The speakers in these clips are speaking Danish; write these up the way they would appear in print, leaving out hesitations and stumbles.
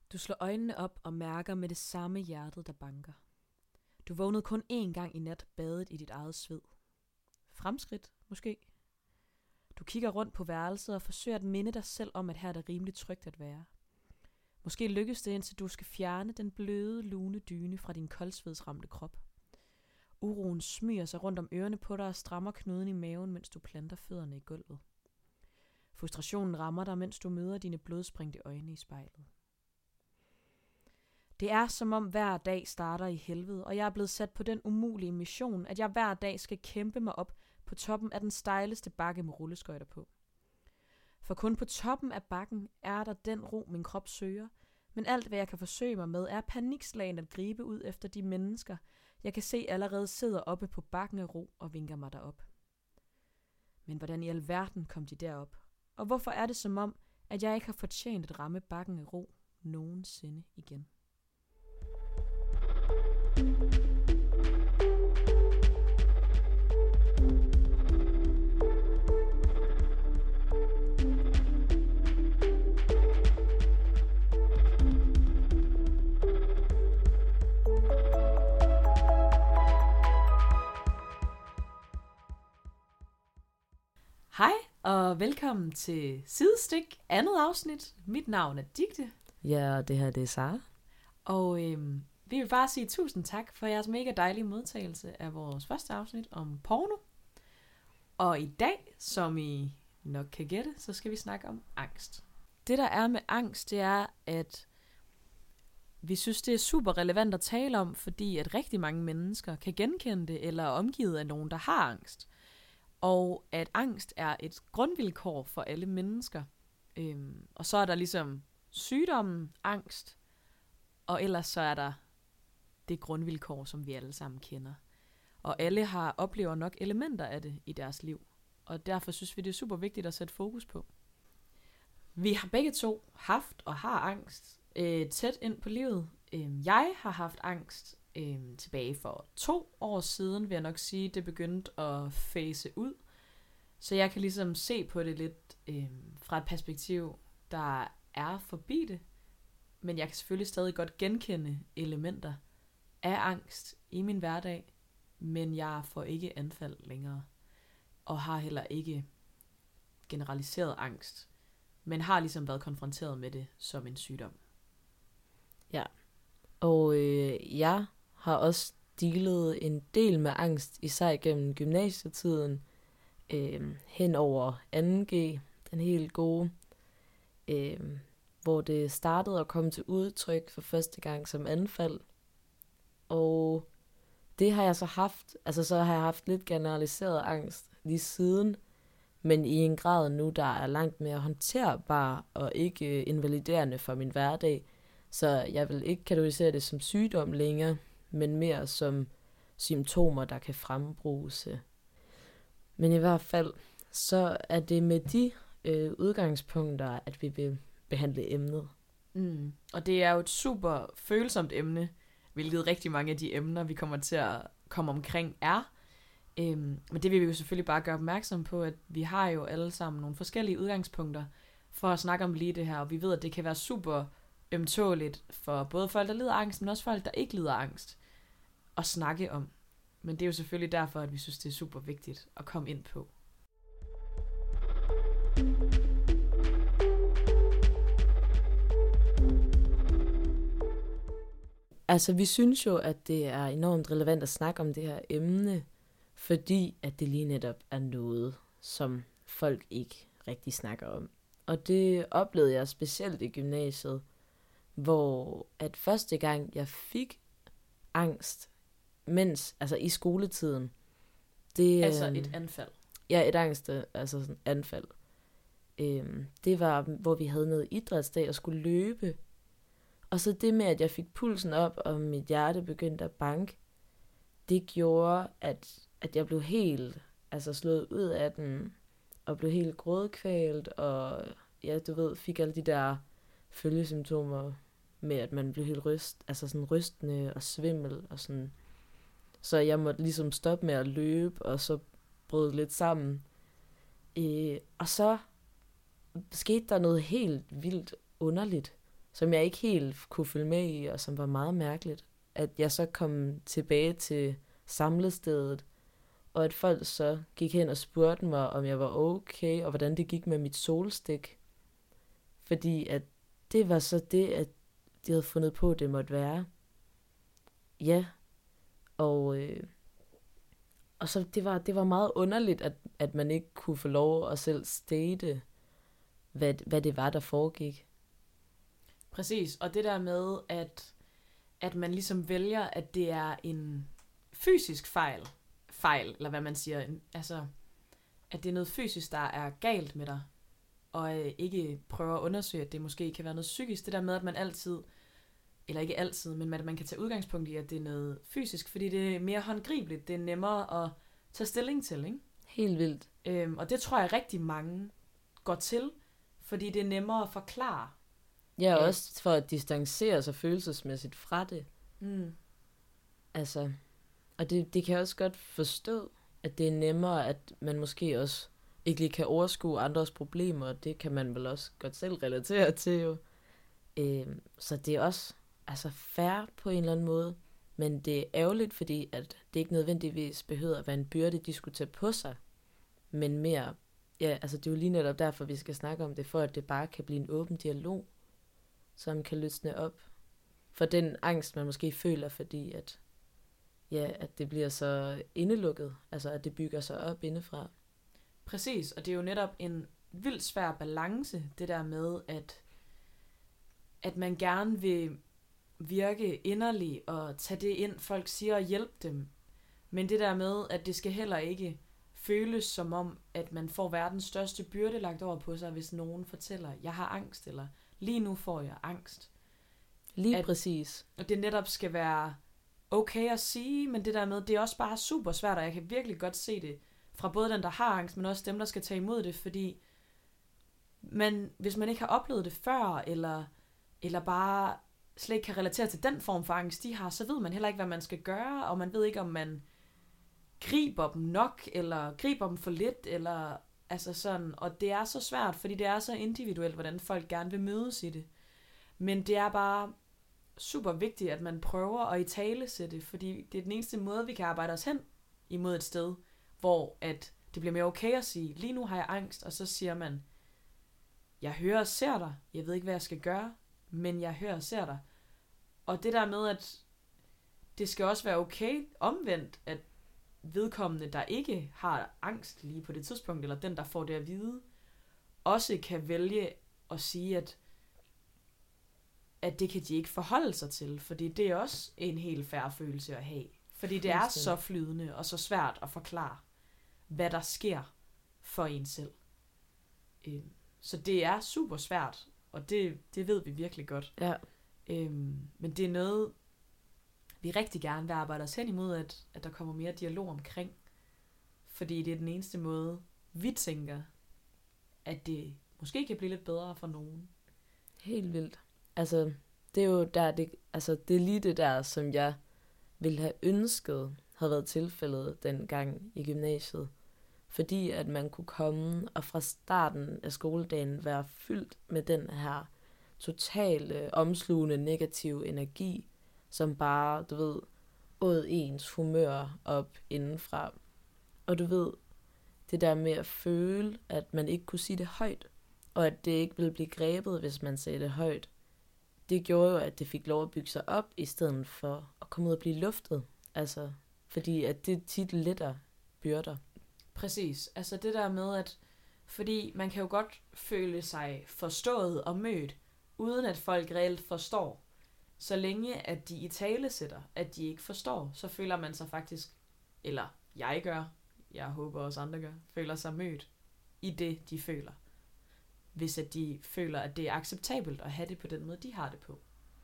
Du slår øjnene op og mærker med det samme hjertet, der banker. Du vågnede kun én gang i nat, badet i dit eget sved. Fremskridt, måske? Du kigger rundt på værelset og forsøger at minde dig selv om, at her er det rimeligt trygt at være. Måske lykkes det, indtil du skal fjerne den bløde, lune dyne fra din koldsvedsramte krop. Uroen smyger sig rundt om ørerne på dig og strammer knuden i maven, mens du planter fødderne i gulvet. Frustrationen rammer dig, mens du møder dine blodsprængte øjne i spejlet. Det er som om hver dag starter i helvede, og jeg er blevet sat på den umulige mission, at jeg hver dag skal kæmpe mig op på toppen af den stejleste bakke med rulleskøjter på. For kun på toppen af bakken er der den ro, min krop søger, men alt hvad jeg kan forsøge mig med er panikslagen at gribe ud efter de mennesker, jeg kan se allerede sidder oppe på bakken af ro og vinker mig derop. Men hvordan i alverden kom de derop? Og hvorfor er det som om, at jeg ikke har fortjent at ramme bakken af ro nogensinde igen? Hej og velkommen til Sidestik, andet afsnit. Mit navn er Digte. Ja, og det her det er Sara. Og vi vil bare sige tusind tak for jeres mega dejlige modtagelse af vores første afsnit om porno. Og i dag, som I nok kan gætte, så skal vi snakke om angst. Det der er med angst, det er, at vi synes, det er super relevant at tale om, fordi at rigtig mange mennesker kan genkende det, eller er omgivet af nogen, der har angst. Og at angst er et grundvilkår for alle mennesker. Og så er der ligesom sygdommen, angst, og ellers så er der det grundvilkår, som vi alle sammen kender. Og alle oplever nok elementer af det i deres liv. Og derfor synes vi, det er super vigtigt at sætte fokus på. Vi har begge to haft og har angst tæt ind på livet. Jeg har haft angst tilbage for 2 år siden, vil jeg nok sige, det begyndte at phase ud. Så jeg kan ligesom se på det lidt fra et perspektiv, der er forbi det. Men jeg kan selvfølgelig stadig godt genkende elementer af angst i min hverdag. Men jeg får ikke anfald længere. Og har heller ikke generaliseret angst. Men har ligesom været konfronteret med det som en sygdom. Ja, og jeg har også dealet en del med angst, især igennem gymnasietiden, hen over 2G, den helt gode, hvor det startede at komme til udtryk for første gang som anfald. Og det har jeg så haft, så har jeg haft lidt generaliseret angst lige siden, men i en grad nu, der er langt mere håndterbar og ikke invaliderende for min hverdag. Så jeg vil ikke kategorisere det som sygdom længere, men mere som symptomer, der kan frembruges. Men i hvert fald, så er det med de udgangspunkter, at vi vil behandle emnet. Og det er jo et super følsomt emne, hvilket rigtig mange af de emner, vi kommer til at komme omkring, er. Men det vil vi jo selvfølgelig bare gøre opmærksom på, at vi har jo alle sammen nogle forskellige udgangspunkter for at snakke om lige det her. Og vi ved, at det kan være super ømtåligt for både folk, der lider angst, men også folk, der ikke lider angst, at snakke om. Men det er jo selvfølgelig derfor, at vi synes, det er super vigtigt at komme ind på. Vi synes jo, at det er enormt relevant at snakke om det her emne, fordi at det lige netop er noget, som folk ikke rigtig snakker om. Og det oplevede jeg specielt i gymnasiet, hvor at første gang jeg fik angst, i skoletiden. Det, et anfald. Ja, et angst, sådan anfald. Det var, hvor vi havde noget idrætsdag og skulle løbe. Og så det med, at jeg fik pulsen op, og mit hjerte begyndte at banke, det gjorde, at jeg blev helt slået ud af den, og blev helt grådkvalt, og ja, du ved, fik alle de der følgesymptomer med, at man blev helt rystende og svimmel og sådan. Så jeg måtte ligesom stoppe med at løbe, og så brød lidt sammen. Og så skete der noget helt vildt underligt, som jeg ikke helt kunne følge med i, og som var meget mærkeligt. At jeg så kom tilbage til samlestedet, og at folk så gik hen og spurgte mig, om jeg var okay, og hvordan det gik med mit solstik. Fordi at det var så det, at de havde fundet på, det måtte være. Ja, og så det var meget underligt, at man ikke kunne få lov at selv state, hvad det var, der foregik. Præcis, og det der med, at man ligesom vælger, at det er en fysisk fejl, eller hvad man siger, altså, at det er noget fysisk, der er galt med dig, og ikke prøver at undersøge, at det måske kan være noget psykisk. Det der med, at man altid, eller ikke altid, men at man kan tage udgangspunkt i, at det er noget fysisk, fordi det er mere håndgribeligt, det er nemmere at tage stilling til, ikke? Helt vildt. Og det tror jeg rigtig mange går til, fordi det er nemmere at forklare. Ja, også for at distancere sig følelsesmæssigt fra det. Mm. Altså, og det kan jeg også godt forstå, at det er nemmere, at man måske også ikke lige kan overskue andres problemer, og det kan man vel også godt selv relatere til jo. Så det er også fair på en eller anden måde, men det er ærgerligt, fordi at det ikke nødvendigvis behøver at være en byrde, de skulle tage på sig, men mere, ja, altså det er jo lige netop derfor, vi skal snakke om det, for at det bare kan blive en åben dialog, som kan løsne op for den angst, man måske føler, fordi at det bliver så indelukket, altså at det bygger sig op indefra. Præcis, og det er jo netop en vildt svær balance, det der med, at man gerne vil virke inderlig og tage det ind, folk siger, og hjælpe dem. Men det der med, at det skal heller ikke føles som om, at man får verdens største byrde lagt over på sig, hvis nogen fortæller, jeg har angst, eller lige nu får jeg angst. Lige præcis. Og det netop skal være okay at sige, men det der med, det er også bare super svært, og jeg kan virkelig godt se det fra både den, der har angst, men også dem, der skal tage imod det, fordi hvis man ikke har oplevet det før, eller bare slet ikke kan relatere til den form for angst, de har, så ved man heller ikke, hvad man skal gøre, og man ved ikke, om man griber dem nok, eller griber dem for lidt, eller altså sådan, og det er så svært, fordi det er så individuelt, hvordan folk gerne vil mødes i det. Men det er bare super vigtigt, at man prøver at italesætte det, fordi det er den eneste måde, vi kan arbejde os hen imod et sted, hvor at det bliver mere okay at sige, lige nu har jeg angst, og så siger man, jeg hører og ser dig, jeg ved ikke, hvad jeg skal gøre, men jeg hører og ser dig. Og det der med, at det skal også være okay omvendt, at vedkommende, der ikke har angst lige på det tidspunkt, eller den, der får det at vide, også kan vælge at sige, at det kan de ikke forholde sig til, fordi det er også en helt fair følelse at have. Fordi det er så flydende og så svært at forklare, hvad der sker for en selv. Så det er super svært, og det ved vi virkelig godt. Ja. Men det er noget, vi rigtig gerne vil arbejde os hen imod, at der kommer mere dialog omkring. Fordi det er den eneste måde, vi tænker, at det måske kan blive lidt bedre for nogen. Helt vildt. Altså, det er jo der, det er lige det der, som jeg ville have ønsket, havde været tilfældet dengang i gymnasiet. Fordi at man kunne komme og fra starten af skoledagen være fyldt med den her totale, omslugende, negative energi, som bare, du ved, åd ens humør op indenfra. Og du ved, det der med at føle, at man ikke kunne sige det højt, og at det ikke ville blive grebet, hvis man sagde det højt, det gjorde jo, at det fik lov at bygge sig op, i stedet for at komme ud og blive luftet. Altså, fordi at det tit letter byrder. Præcis. Altså det der med, at fordi man kan jo godt føle sig forstået og mødt, uden at folk reelt forstår. Så længe at de italesætter, at de ikke forstår, så føler man sig faktisk, eller jeg gør, jeg håber også andre gør, føler sig mødt i det, de føler. Hvis at de føler, at det er acceptabelt at have det på den måde, de har det på.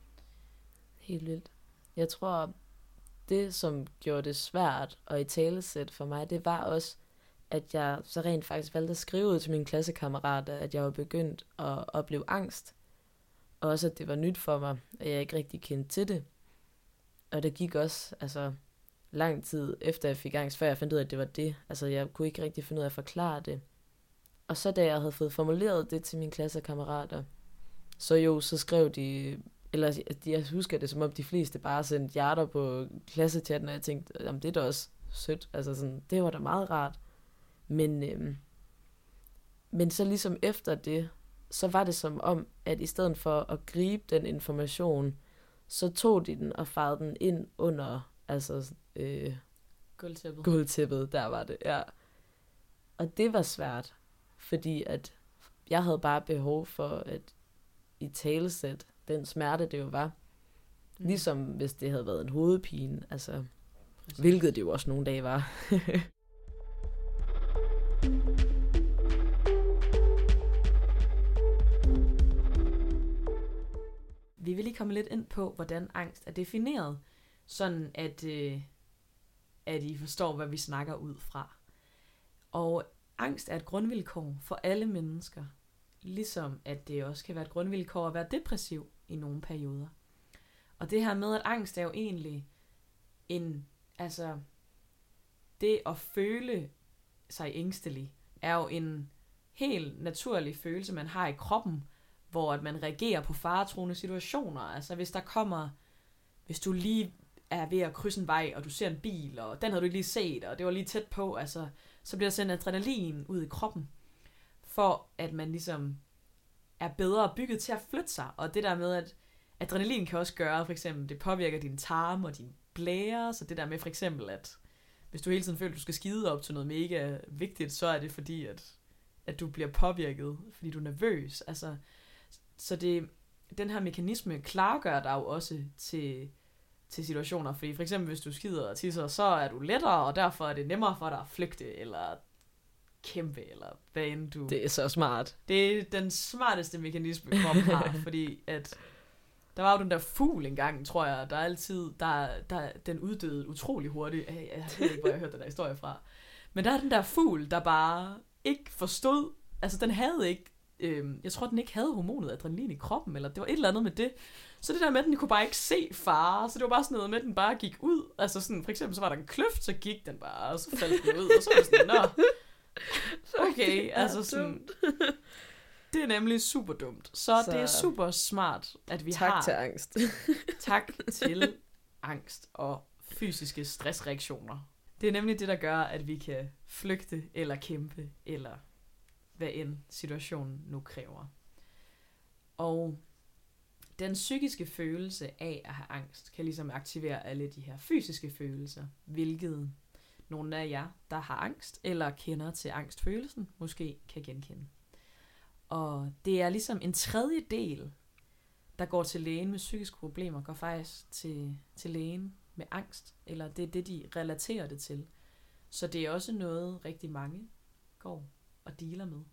Helt vildt. Jeg tror, det som gjorde det svært at italesætte for mig, det var også, at jeg så rent faktisk valgte at skrive ud til mine klassekammerater, at jeg var begyndt at opleve angst. Og også, at det var nyt for mig, at jeg ikke rigtig kendte til det. Og det gik også lang tid efter jeg fik angst, før jeg fandt ud af, at det var det. Altså, jeg kunne ikke rigtig finde ud af at forklare det. Og så da jeg havde fået formuleret det til mine klassekammerater, Så jo, så skrev de, eller jeg husker det, som om de fleste bare sendte hjerter på klassechatten, og jeg tænkte, jamen det er da også sødt, altså sådan, det var da meget rart. Men så ligesom efter det, så var det som om, at i stedet for at gribe den information, så tog de den og farede den ind under, altså gulvtæppet, der var det, ja. Og det var svært, fordi at jeg havde bare behov for at italesætte den smerte, det jo var. Ligesom hvis det havde været en hovedpine, altså, hvilket det jo også nogle dage var. Vi vil lige komme lidt ind på, hvordan angst er defineret, sådan at I forstår, hvad vi snakker ud fra. Og angst er et grundvilkår for alle mennesker, ligesom at det også kan være et grundvilkår at være depressiv i nogle perioder. Og det her med, at angst er jo egentlig det at føle sig ængstelig, er jo en helt naturlig følelse, man har i kroppen, hvor at man reagerer på faretruende situationer. Altså hvis du lige er ved at krydse en vej, og du ser en bil, og den havde du ikke lige set, og det var lige tæt på, altså, så bliver der sendt adrenalin ud i kroppen, for at man ligesom er bedre bygget til at flytte sig. Og det der med, at adrenalin kan også gøre, for eksempel, det påvirker din tarm og din blære, så det der med for eksempel, at hvis du hele tiden føler, at du skal skide op til noget mega vigtigt, så er det fordi, at du bliver påvirket, fordi du er nervøs. Altså, så den her mekanisme klargør dig jo også til situationer, fordi for eksempel hvis du skider og tisser, så er du lettere, og derfor er det nemmere for dig at flygte, eller kæmpe, eller hvad end du... Det er så smart. Det er den smarteste mekanisme, kroppen har, fordi at der var jo den der fugl engang, tror jeg, der altid, den uddøde utrolig hurtigt. Jeg ved ikke, hvor jeg hørte den der historie fra. Men der er den der fugl, der bare ikke forstod, altså den havde ikke, jeg tror, den ikke havde hormonet adrenalin i kroppen, eller det var et eller andet med det. Så det der med, at den kunne bare ikke se fare, så det var bare sådan noget med, at den bare gik ud. Altså sådan, for eksempel, så var der en kløft, så gik den bare, og så faldt den ud, og så var det sådan, nå, okay, altså sådan, det er nemlig super dumt. Så det er super smart, at vi tak til angst. Tak til angst og fysiske stressreaktioner. Det er nemlig det, der gør, at vi kan flygte eller kæmpe, eller hvad end situationen nu kræver. Og den psykiske følelse af at have angst, kan ligesom aktivere alle de her fysiske følelser, hvilket nogle af jer, der har angst, eller kender til angstfølelsen, måske kan genkende. Og det er ligesom en tredjedel, der går til lægen med psykiske problemer, går faktisk til lægen med angst, eller det er det, de relaterer det til. Så det er også noget, rigtig mange går og dealer med.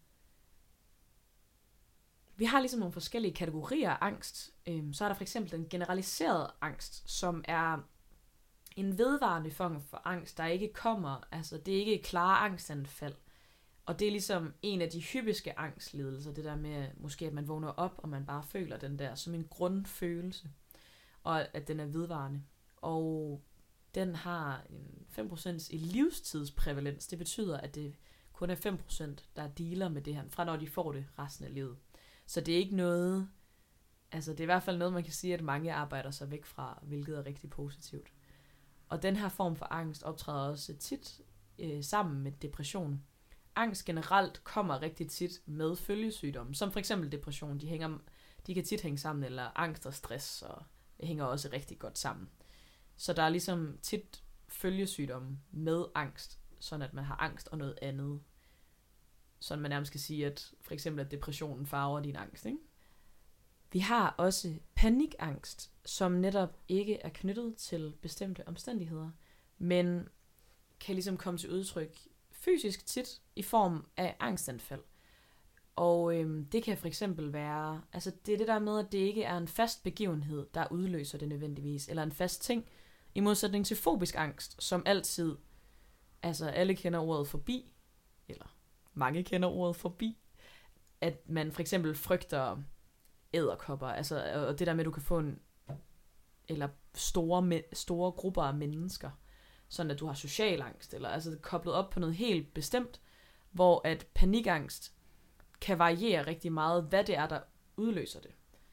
Vi har ligesom nogle forskellige kategorier af angst. Så er der for eksempel den generaliserede angst, som er en vedvarende form for angst, der ikke kommer, altså det er ikke klare angstanfald. Og det er ligesom en af de hyppigste angstlidelser, det der med måske, at man vågner op, og man bare føler den der som en grundfølelse, og at den er vedvarende. Og den har en 5% i livstidsprævalens. Det betyder, at det kun er 5%, der dealer med det her, fra når de får det resten af livet. Så det er ikke noget, altså det er i hvert fald noget, man kan sige, at mange arbejder sig væk fra, hvilket er rigtig positivt. Og den her form for angst optræder også tit sammen med depression. Angst generelt kommer rigtig tit med følgesygdomme, som for eksempel depression. De kan tit hænge sammen, eller angst og stress, og det hænger også rigtig godt sammen. Så der er ligesom tit følgesygdomme med angst, sådan at man har angst og noget andet. Sådan man nærmest kan sige, at for eksempel at depressionen farver din angst, ikke? Vi har også panikangst, som netop ikke er knyttet til bestemte omstændigheder, men kan ligesom komme til udtryk fysisk tit i form af angstanfald. Og det kan for eksempel være, altså det er det der med, at det ikke er en fast begivenhed, der udløser det nødvendigvis, eller en fast ting, i modsætning til fobisk angst, som altid, altså alle kender ordet fobi, eller mange kender ordet fobi, at man for eksempel frygter edderkopper, altså, og det der med, at du kan få eller store grupper af mennesker, sådan at du har social angst, eller altså koblet op på noget helt bestemt, hvor at panikangst kan variere rigtig meget, hvad det er, der udløser det.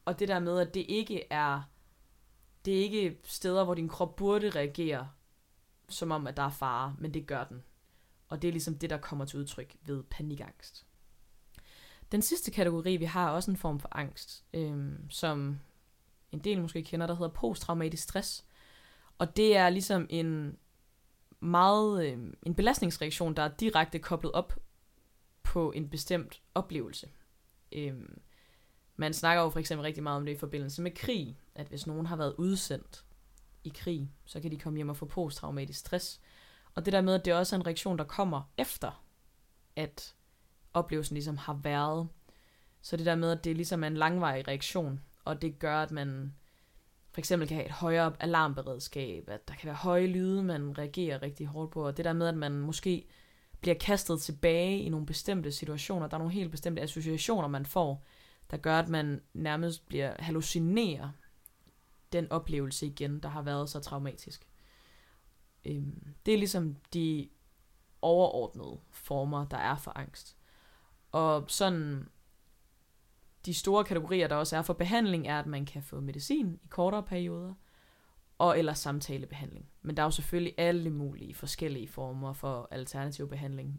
Og det der med, at det er ikke steder, hvor din krop burde reagere, som om, at der er fare, men det gør den. Og det er ligesom det, der kommer til udtryk ved panikangst. Den sidste kategori, vi har, er også en form for angst, som en del måske kender, der hedder posttraumatisk stress. Og det er ligesom en belastningsreaktion, der er direkte koblet op på en bestemt oplevelse. Man snakker jo for eksempel rigtig meget om det i forbindelse med krig, at hvis nogen har været udsendt i krig, så kan de komme hjem og få posttraumatisk stress. Og det der med, at det også er en reaktion, der kommer efter, at oplevelsen ligesom har været. Så det der med, at det ligesom er en langvarig reaktion, og det gør, at man for eksempel kan have et højere alarmberedskab, at der kan være høje lyde, man reagerer rigtig hårdt på, og det der med, at man måske bliver kastet tilbage i nogle bestemte situationer, der er nogle helt bestemte associationer, man får, der gør, at man nærmest bliver hallucinerer den oplevelse igen, der har været så traumatisk. Det er ligesom de overordnede former, der er for angst. Og sådan de store kategorier, der også er for behandling, er, at man kan få medicin i kortere perioder, og eller samtalebehandling. Men der er jo selvfølgelig alle mulige forskellige former for alternativ behandling.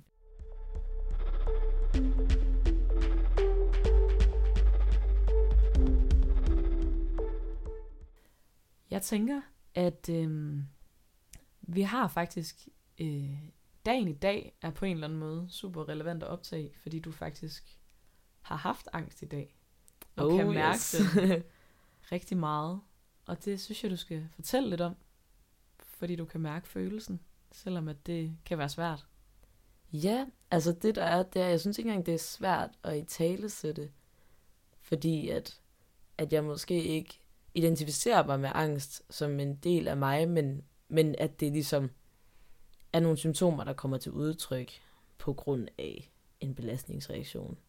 Jeg tænker, at vi har faktisk dagen i dag er på en eller anden måde super relevant at optage, fordi du faktisk har haft angst i dag, og kan mærke det rigtig meget. Og det synes jeg, du skal fortælle lidt om, fordi du kan mærke følelsen, selvom at det kan være svært. Ja, altså det jeg synes ikke engang, det er svært at italesætte, fordi at jeg måske ikke identificerer mig med angst som en del af mig, men at det ligesom er nogle symptomer, der kommer til udtryk på grund af en belastningsreaktion.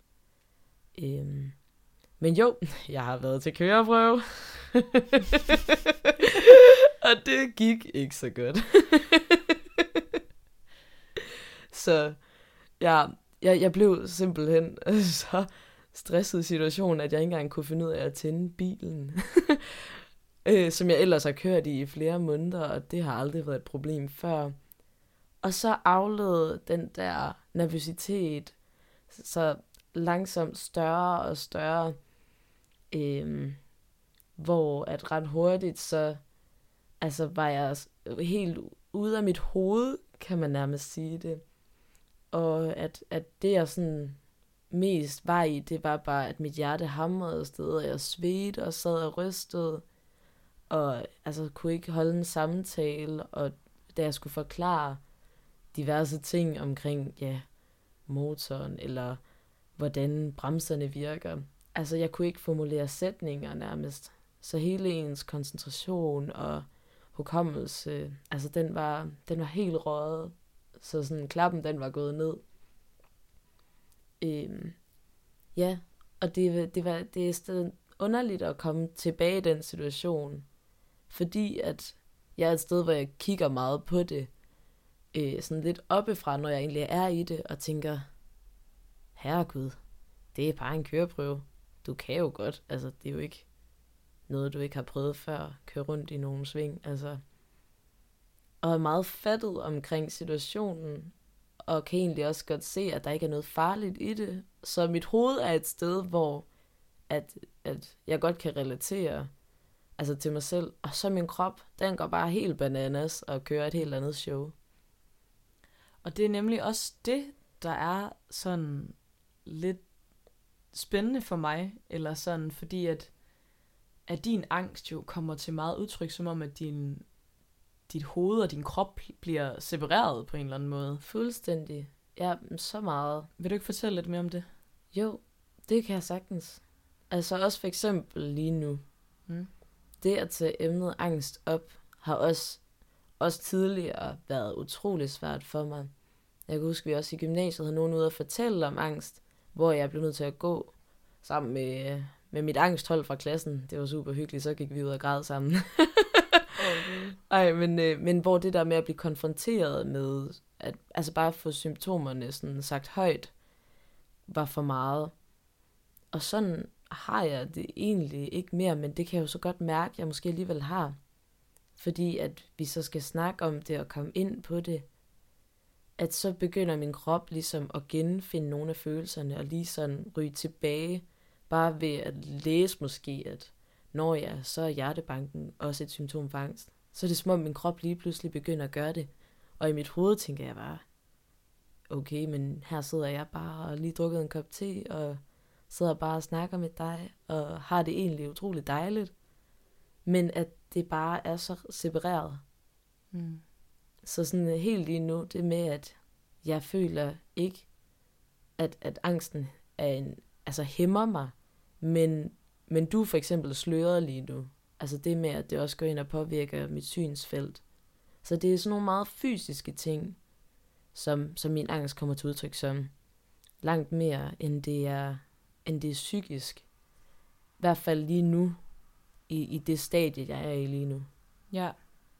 Men jo, jeg har været til køreprøve, og det gik ikke så godt. Så jeg blev simpelthen så stresset situation, at jeg ikke engang kunne finde ud af at tænde bilen, som jeg ellers har kørt i flere måneder, og det har aldrig været et problem før. Og så afled den der nervøsitet så langsomt større og større, hvor at ret hurtigt så var jeg helt ude af mit hoved, kan man nærmest sige det. Og at det jeg sådan mest var i, det var bare, at mit hjerte hamrede afsted, og jeg svedte og sad og rystede, og kunne ikke holde en samtale, og da jeg skulle forklare diverse ting omkring, motoren, eller hvordan bremserne virker. Jeg kunne ikke formulere sætninger nærmest. Så hele ens koncentration og hukommelse, den var helt røget. Så sådan klappen, den var gået ned. Og det er stadig underligt at komme tilbage i den situation, fordi at jeg er et sted, hvor jeg kigger meget på det, sådan lidt oppefra, når jeg egentlig er i det, og tænker, herregud, det er bare en køreprøve. Du kan jo godt, det er jo ikke noget, du ikke har prøvet før, køre rundt i nogle sving, Og er meget fattet omkring situationen, og kan egentlig også godt se, at der ikke er noget farligt i det. Så mit hoved er et sted, hvor at jeg godt kan relatere til mig selv, og så min krop, den går bare helt bananas og kører et helt andet show. Og det er nemlig også det, der er sådan lidt spændende for mig, eller sådan, fordi at din angst jo kommer til meget udtryk, som om at dit hoved og din krop bliver separeret på en eller anden måde. Fuldstændig. Ja, så meget. Vil du ikke fortælle lidt mere om det? Jo, det kan jeg sagtens. Også for eksempel lige nu. Det at tage emnet angst op, har også tidligere været utrolig svært for mig. Jeg kan huske, at vi også i gymnasiet havde nogen ude at fortælle om angst, hvor jeg blev nødt til at gå sammen med mit angsthold fra klassen. Det var super hyggeligt, så gik vi ud og græd sammen. Men hvor det der med at blive konfronteret med, at bare få symptomerne sådan sagt højt, var for meget. Og sådan har jeg det egentlig ikke mere, men det kan jeg jo så godt mærke, jeg måske alligevel har. Fordi at vi så skal snakke om det og komme ind på det, at så begynder min krop ligesom at genfinde nogle af følelserne og lige sådan ryge tilbage, bare ved at læse måske, at når jeg så er hjertebanken også et symptom for angst. Så er det som om min krop lige pludselig begynder at gøre det. Og i mit hoved tænker jeg bare, okay, men her sidder jeg bare og lige drukket en kop te, og sidder bare og snakker med dig, og har det egentlig utroligt dejligt. Men at det bare er så separeret. Mm. Så sådan helt lige nu, det med, at jeg føler ikke, at angsten er hæmmer mig, men du er for eksempel sløret lige nu. Altså det med, at det også går ind og påvirker mit synsfelt. Så det er sådan nogle meget fysiske ting, som min angst kommer til udtryk som langt mere, end det er psykisk. I hvert fald lige nu, i det stadie, jeg er i lige nu. Ja.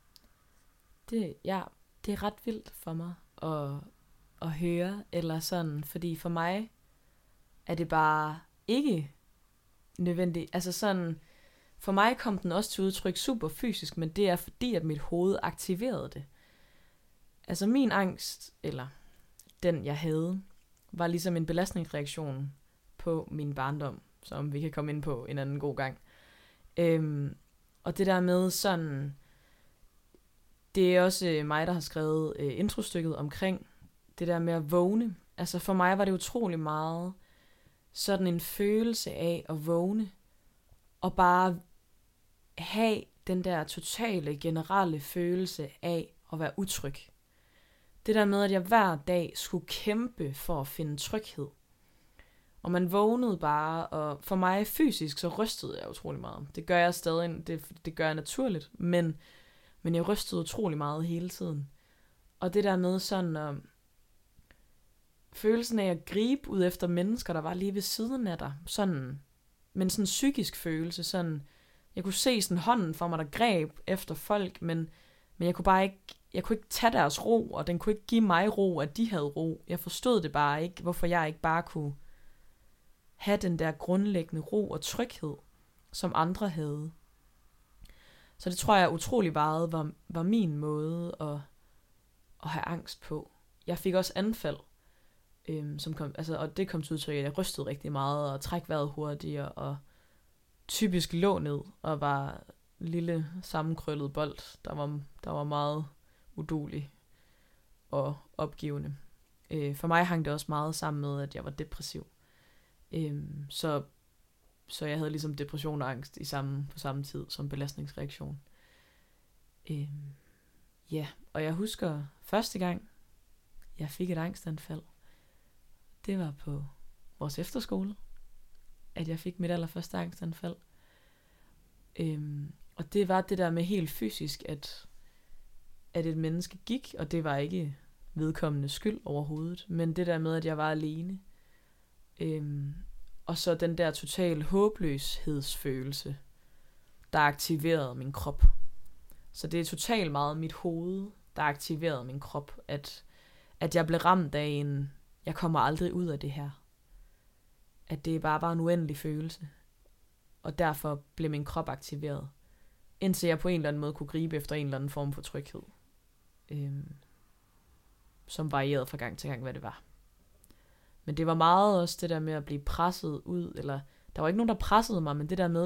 Det er ret vildt for mig at høre, eller sådan, fordi for mig er det bare ikke nødvendigt. Altså sådan, for mig kom den også til udtryk super fysisk, men det er fordi, at mit hoved aktiverede det. Altså min angst, eller den jeg havde, var ligesom en belastningsreaktion på min barndom, som vi kan komme ind på en anden god gang. Og det der med sådan, det er også mig, der har skrevet introstykket omkring det der med at vågne. Altså for mig var det utrolig meget sådan en følelse af at vågne, og bare have den der totale, generelle følelse af at være utryg. Det der med, at jeg hver dag skulle kæmpe for at finde tryghed. Og man vågnede bare, og for mig fysisk, så rystede jeg utrolig meget. Det gør jeg stadig, det gør jeg naturligt, men jeg rystede utrolig meget hele tiden. Og det der med sådan, følelsen af at gribe ud efter mennesker, der var lige ved siden af dig, sådan, men sådan en psykisk følelse, sådan, jeg kunne se sådan hånden for mig, der greb efter folk, men jeg kunne bare ikke, jeg kunne ikke tage deres ro, og den kunne ikke give mig ro, at de havde ro. Jeg forstod det bare ikke, hvorfor jeg ikke bare kunne have den der grundlæggende ro og tryghed, som andre havde. Så det tror jeg utrolig meget var min måde at have angst på. Jeg fik også anfald, som kom, og det kom til udtryk, at jeg rystede rigtig meget, og træk vejret hurtigere, og typisk lå ned, og var en lille sammenkrøllet bold, der var meget uduelig og opgivende. For mig hang det også meget sammen med, at jeg var depressiv. Så jeg havde ligesom depression og angst på samme tid som belastningsreaktion. Og jeg husker første gang, jeg fik et angstanfald. Det var på vores efterskole, at jeg fik mit allerførste angstanfald. Og det var det der med helt fysisk, at et menneske gik, og det var ikke vedkommende skyld overhovedet, men det der med, at jeg var alene. Og så den der total håbløshedsfølelse, der aktiverede min krop. Så det er totalt meget mit hoved, der aktiverede min krop, at jeg blev ramt af jeg kommer aldrig ud af det her. At det bare var en uendelig følelse. Og derfor blev min krop aktiveret. Indtil jeg på en eller anden måde kunne gribe efter en eller anden form for tryghed. Som varierede fra gang til gang, hvad det var. Men det var meget også det der med at blive presset ud, eller der var ikke nogen, der pressede mig, men det der med,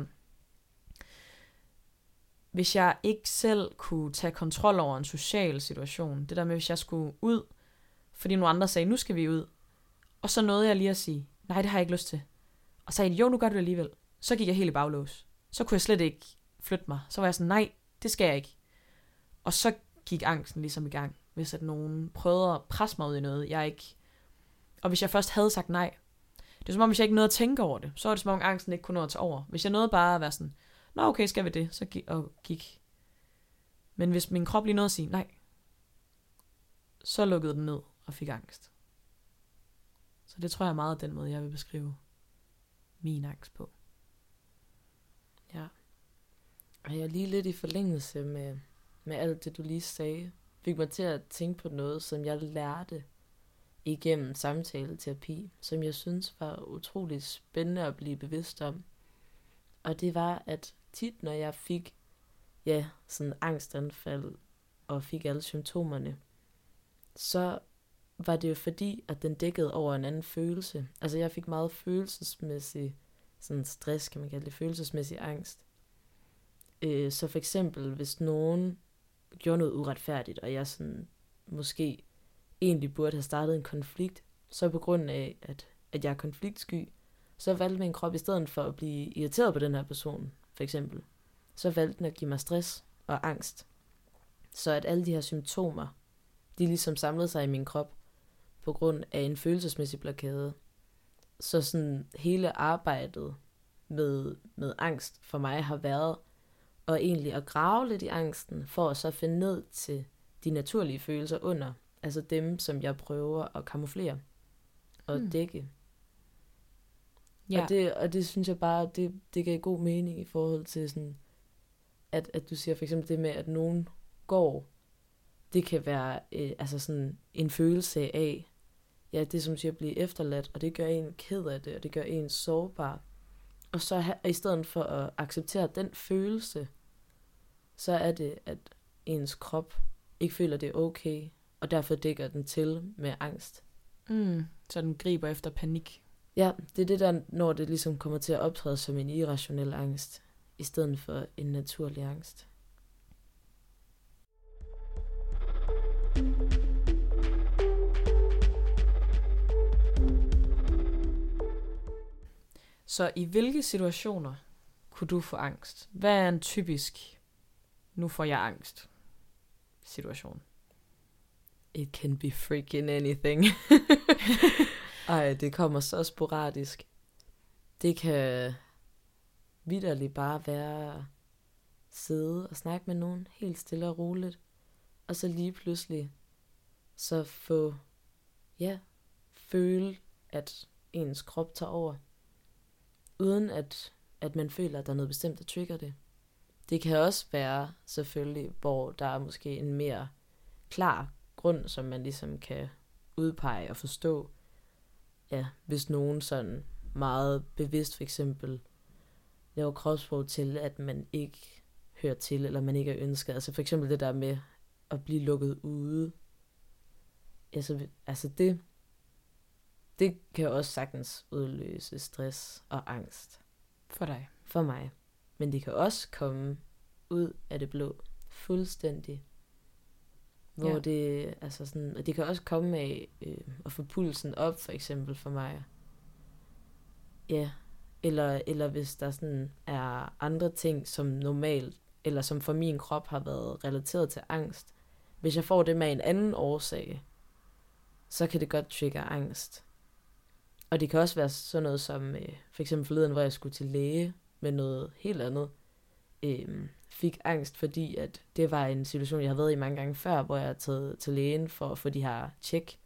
hvis jeg ikke selv kunne tage kontrol over en social situation, det der med, hvis jeg skulle ud, fordi nogle andre sagde, nu skal vi ud, og så nåede jeg lige at sige, nej, det har jeg ikke lyst til. Og så sagde de, jo, nu gør du det alligevel. Så gik jeg helt i baglås. Så kunne jeg slet ikke flytte mig. Så var jeg sådan, nej, det skal jeg ikke. Og så gik angsten ligesom i gang, hvis at nogen prøvede at presse mig ud i noget, jeg ikke. Og hvis jeg først havde sagt nej, det er som om, hvis jeg ikke nåede at tænke over det, så var det som om, angsten ikke kunne nå at tage over. Hvis jeg nåede bare at være sådan, nå okay, skal vi det, så gik. Men hvis min krop lige nåede at sige nej, så lukkede den ned og fik angst. Så det tror jeg er meget den måde, jeg vil beskrive min angst på. Ja. Og jeg er lige lidt i forlængelse med alt det, du lige sagde, fik mig til at tænke på noget, som jeg lærte igennem samtaleterapi, som jeg synes var utroligt spændende at blive bevidst om. Og det var, at tit når jeg fik sådan angstanfald og fik alle symptomerne, så var det jo fordi, at den dækkede over en anden følelse. Altså jeg fik meget følelsesmæssig sådan stress, kan man kalde det, følelsesmæssig angst. Så for eksempel, hvis nogen gjorde noget uretfærdigt, og jeg sådan måske egentlig burde have startet en konflikt, så på grund af, at jeg er konfliktsky, så valgte min krop i stedet for at blive irriteret på den her person, for eksempel, så valgte den at give mig stress og angst. Så at alle de her symptomer, de ligesom samlede sig i min krop på grund af en følelsesmæssig blokade. Så sådan hele arbejdet med angst for mig har været og egentlig at grave lidt i angsten, for at så finde ned til de naturlige følelser under, altså dem, som jeg prøver at kamuflere og dække. Ja. Og det synes jeg bare, det gav god mening i forhold til sådan, at du siger for eksempel det med, at nogen går, det kan være altså sådan en følelse af, ja, det som siger, at blive efterladt, og det gør en ked af det, og det gør en sårbar. Og så i stedet for at acceptere den følelse, så er det, at ens krop ikke føler, det er okay, og derfor dækker den til med angst. Så den griber efter panik. Ja, det er det der, når det ligesom kommer til at optræde som en irrationel angst, i stedet for en naturlig angst. Så i hvilke situationer kunne du få angst? Hvad er en typisk, nu får jeg angst, situation? It can be freaking anything. Ej, det kommer så sporadisk. Det kan vitterligt bare være sidde og snakke med nogen helt stille og roligt. Og så lige pludselig så føle, at ens krop tager over. Uden at man føler, at der er noget bestemt, der trigger det. Det kan også være selvfølgelig, hvor der er måske en mere klar grund, som man ligesom kan udpege og forstå. Ja, hvis nogen sådan meget bevidst for eksempel laver kropssprog til, at man ikke hører til, eller man ikke er ønsket. Altså for eksempel det der med at blive lukket ude. Altså det kan også sagtens udløse stress og angst. For dig? For mig. Men det kan også komme ud af det blå. Fuldstændig. Hvor det, altså sådan, og det kan også komme af at få pulsen op, for eksempel for mig. Ja. Eller hvis der sådan er andre ting, som normalt, eller som for min krop har været relateret til angst. Hvis jeg får det med en anden årsag, så kan det godt trigge angst. Og det kan også være sådan noget som, for eksempel forleden, hvor jeg skulle til læge med noget helt andet. Fik angst, fordi at det var en situation, jeg havde været i mange gange før, hvor jeg havde taget til lægen for at få de her tjek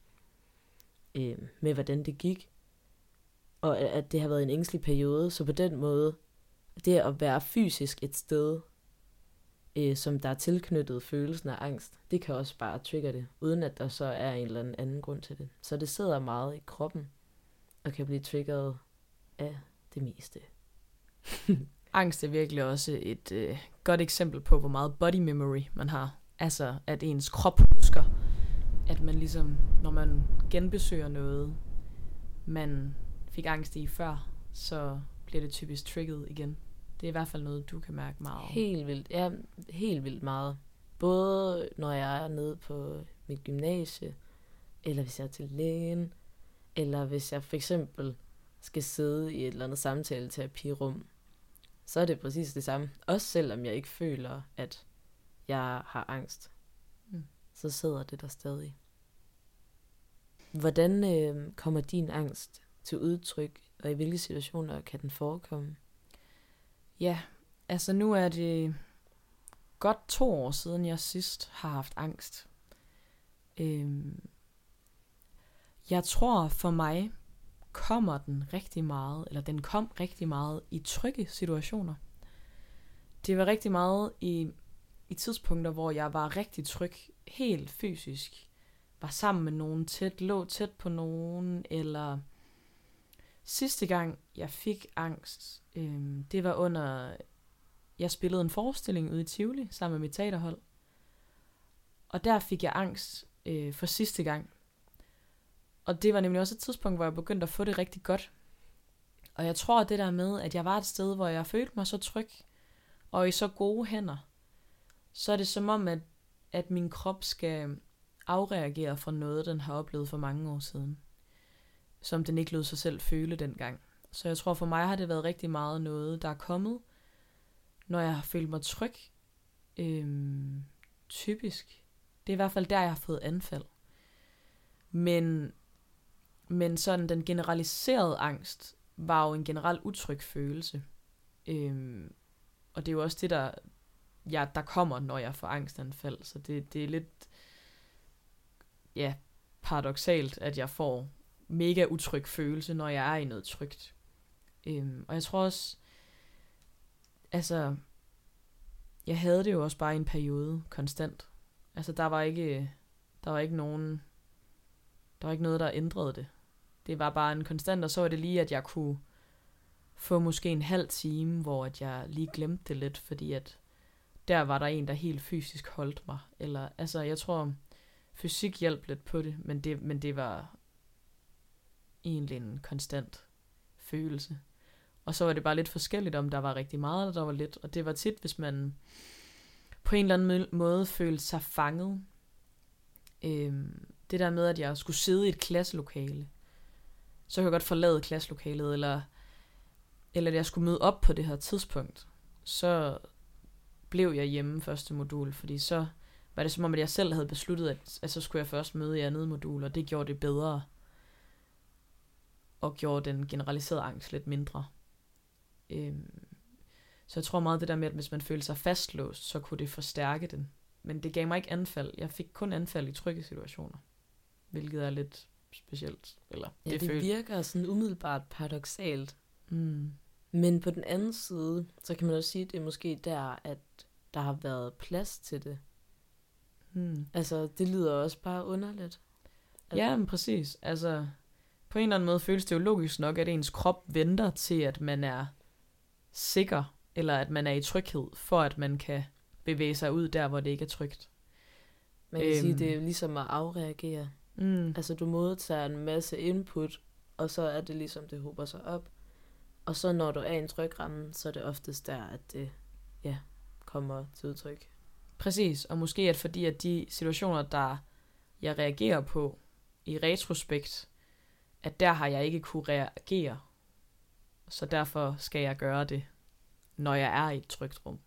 med, hvordan det gik. Og at det har været en ængstelig periode, så på den måde, det at være fysisk et sted, som der er tilknyttet følelsen af angst, det kan også bare trigge det, uden at der så er en eller anden grund til det. Så det sidder meget i kroppen, og kan blive triggeret af det meste. Angst er virkelig også et godt eksempel på, hvor meget body memory man har. Altså, at ens krop husker, at man ligesom, når man genbesøger noget, man fik angst i før, så bliver det typisk trigget igen. Det er i hvert fald noget, du kan mærke meget. Helt vildt. Ja, helt vildt meget. Både når jeg er nede på mit gymnasie, eller hvis jeg er til lægen, eller hvis jeg for eksempel skal sidde i et eller andet samtaleterapirum, så er det præcis det samme. Også selvom jeg ikke føler, at jeg har angst, så sidder det der stadig. Hvordan kommer din angst til udtryk, og i hvilke situationer kan den forekomme? Ja, altså nu er det godt 2 år siden, jeg sidst har haft angst. Jeg tror for mig kommer den rigtig meget, eller den kom rigtig meget i trygge situationer. Det var rigtig meget i tidspunkter, hvor jeg var rigtig tryg, helt fysisk, var sammen med nogen tæt, lå tæt på nogen, eller sidste gang jeg fik angst, det var under, jeg spillede en forestilling ude i Tivoli sammen med mit teaterhold, og der fik jeg angst for sidste gang. Og det var nemlig også et tidspunkt, hvor jeg begyndte at få det rigtig godt. Og jeg tror, det der med, at jeg var et sted, hvor jeg følte mig så tryg, og i så gode hænder, så er det som om, at min krop skal afreagere fra noget, den har oplevet for mange år siden, som den ikke lod sig selv føle dengang. Så jeg tror, for mig har det været rigtig meget noget, der er kommet, når jeg har følt mig tryg. Typisk. Det er i hvert fald der, jeg har fået anfald. Men sådan den generaliserede angst var jo en generelt utryg følelse. Og det er jo også det, der kommer, når jeg får angstanfald. Så det er lidt paradoksalt, at jeg får mega utryg følelse, når jeg er i noget trygt. Og jeg tror også, altså, jeg havde det jo også bare i en periode konstant. Altså, der var ikke noget, der ændrede det. Det var bare en konstant, og så var det lige, at jeg kunne få måske en halv time, hvor at jeg lige glemte det lidt, fordi at der var der en, der helt fysisk holdt mig. Eller, altså, jeg tror, fysik hjalp lidt på det, men det var egentlig en konstant følelse. Og så var det bare lidt forskelligt, om der var rigtig meget, eller der var lidt. Og det var tit, hvis man på en eller anden måde følte sig fanget. Det der med, at jeg skulle sidde i et klasselokale, så kunne jeg godt forlade klasselokalet, eller at jeg skulle møde op på det her tidspunkt, så blev jeg hjemme første modul, fordi så var det som om, at jeg selv havde besluttet, at så skulle jeg først møde i andet modul, og det gjorde det bedre, og gjorde den generaliserede angst lidt mindre. Så jeg tror meget det der med, at hvis man følte sig fastlåst, så kunne det forstærke den. Men det gav mig ikke anfald. Jeg fik kun anfald i trygge situationer, hvilket er lidt specielt. Eller det virker sådan umiddelbart paradoksalt. Men på den anden side, så kan man også sige, at det er måske der, at der har været plads til det. Altså, det lyder også bare underligt. Ja, men præcis. Altså, på en eller anden måde føles det jo logisk nok, at ens krop venter til, at man er sikker, eller at man er i tryghed, for at man kan bevæge sig ud der, hvor det ikke er trygt. Man kan sige, det er ligesom at afreagere. Altså, du modtager en masse input, og så er det ligesom, det hober sig op. Og så når du er i en trygramme, så er det oftest der, at det kommer til udtryk. Præcis, og måske at fordi, at de situationer, der jeg reagerer på i retrospekt, at der har jeg ikke kunne reagere. Så derfor skal jeg gøre det, når jeg er i et trygt rum.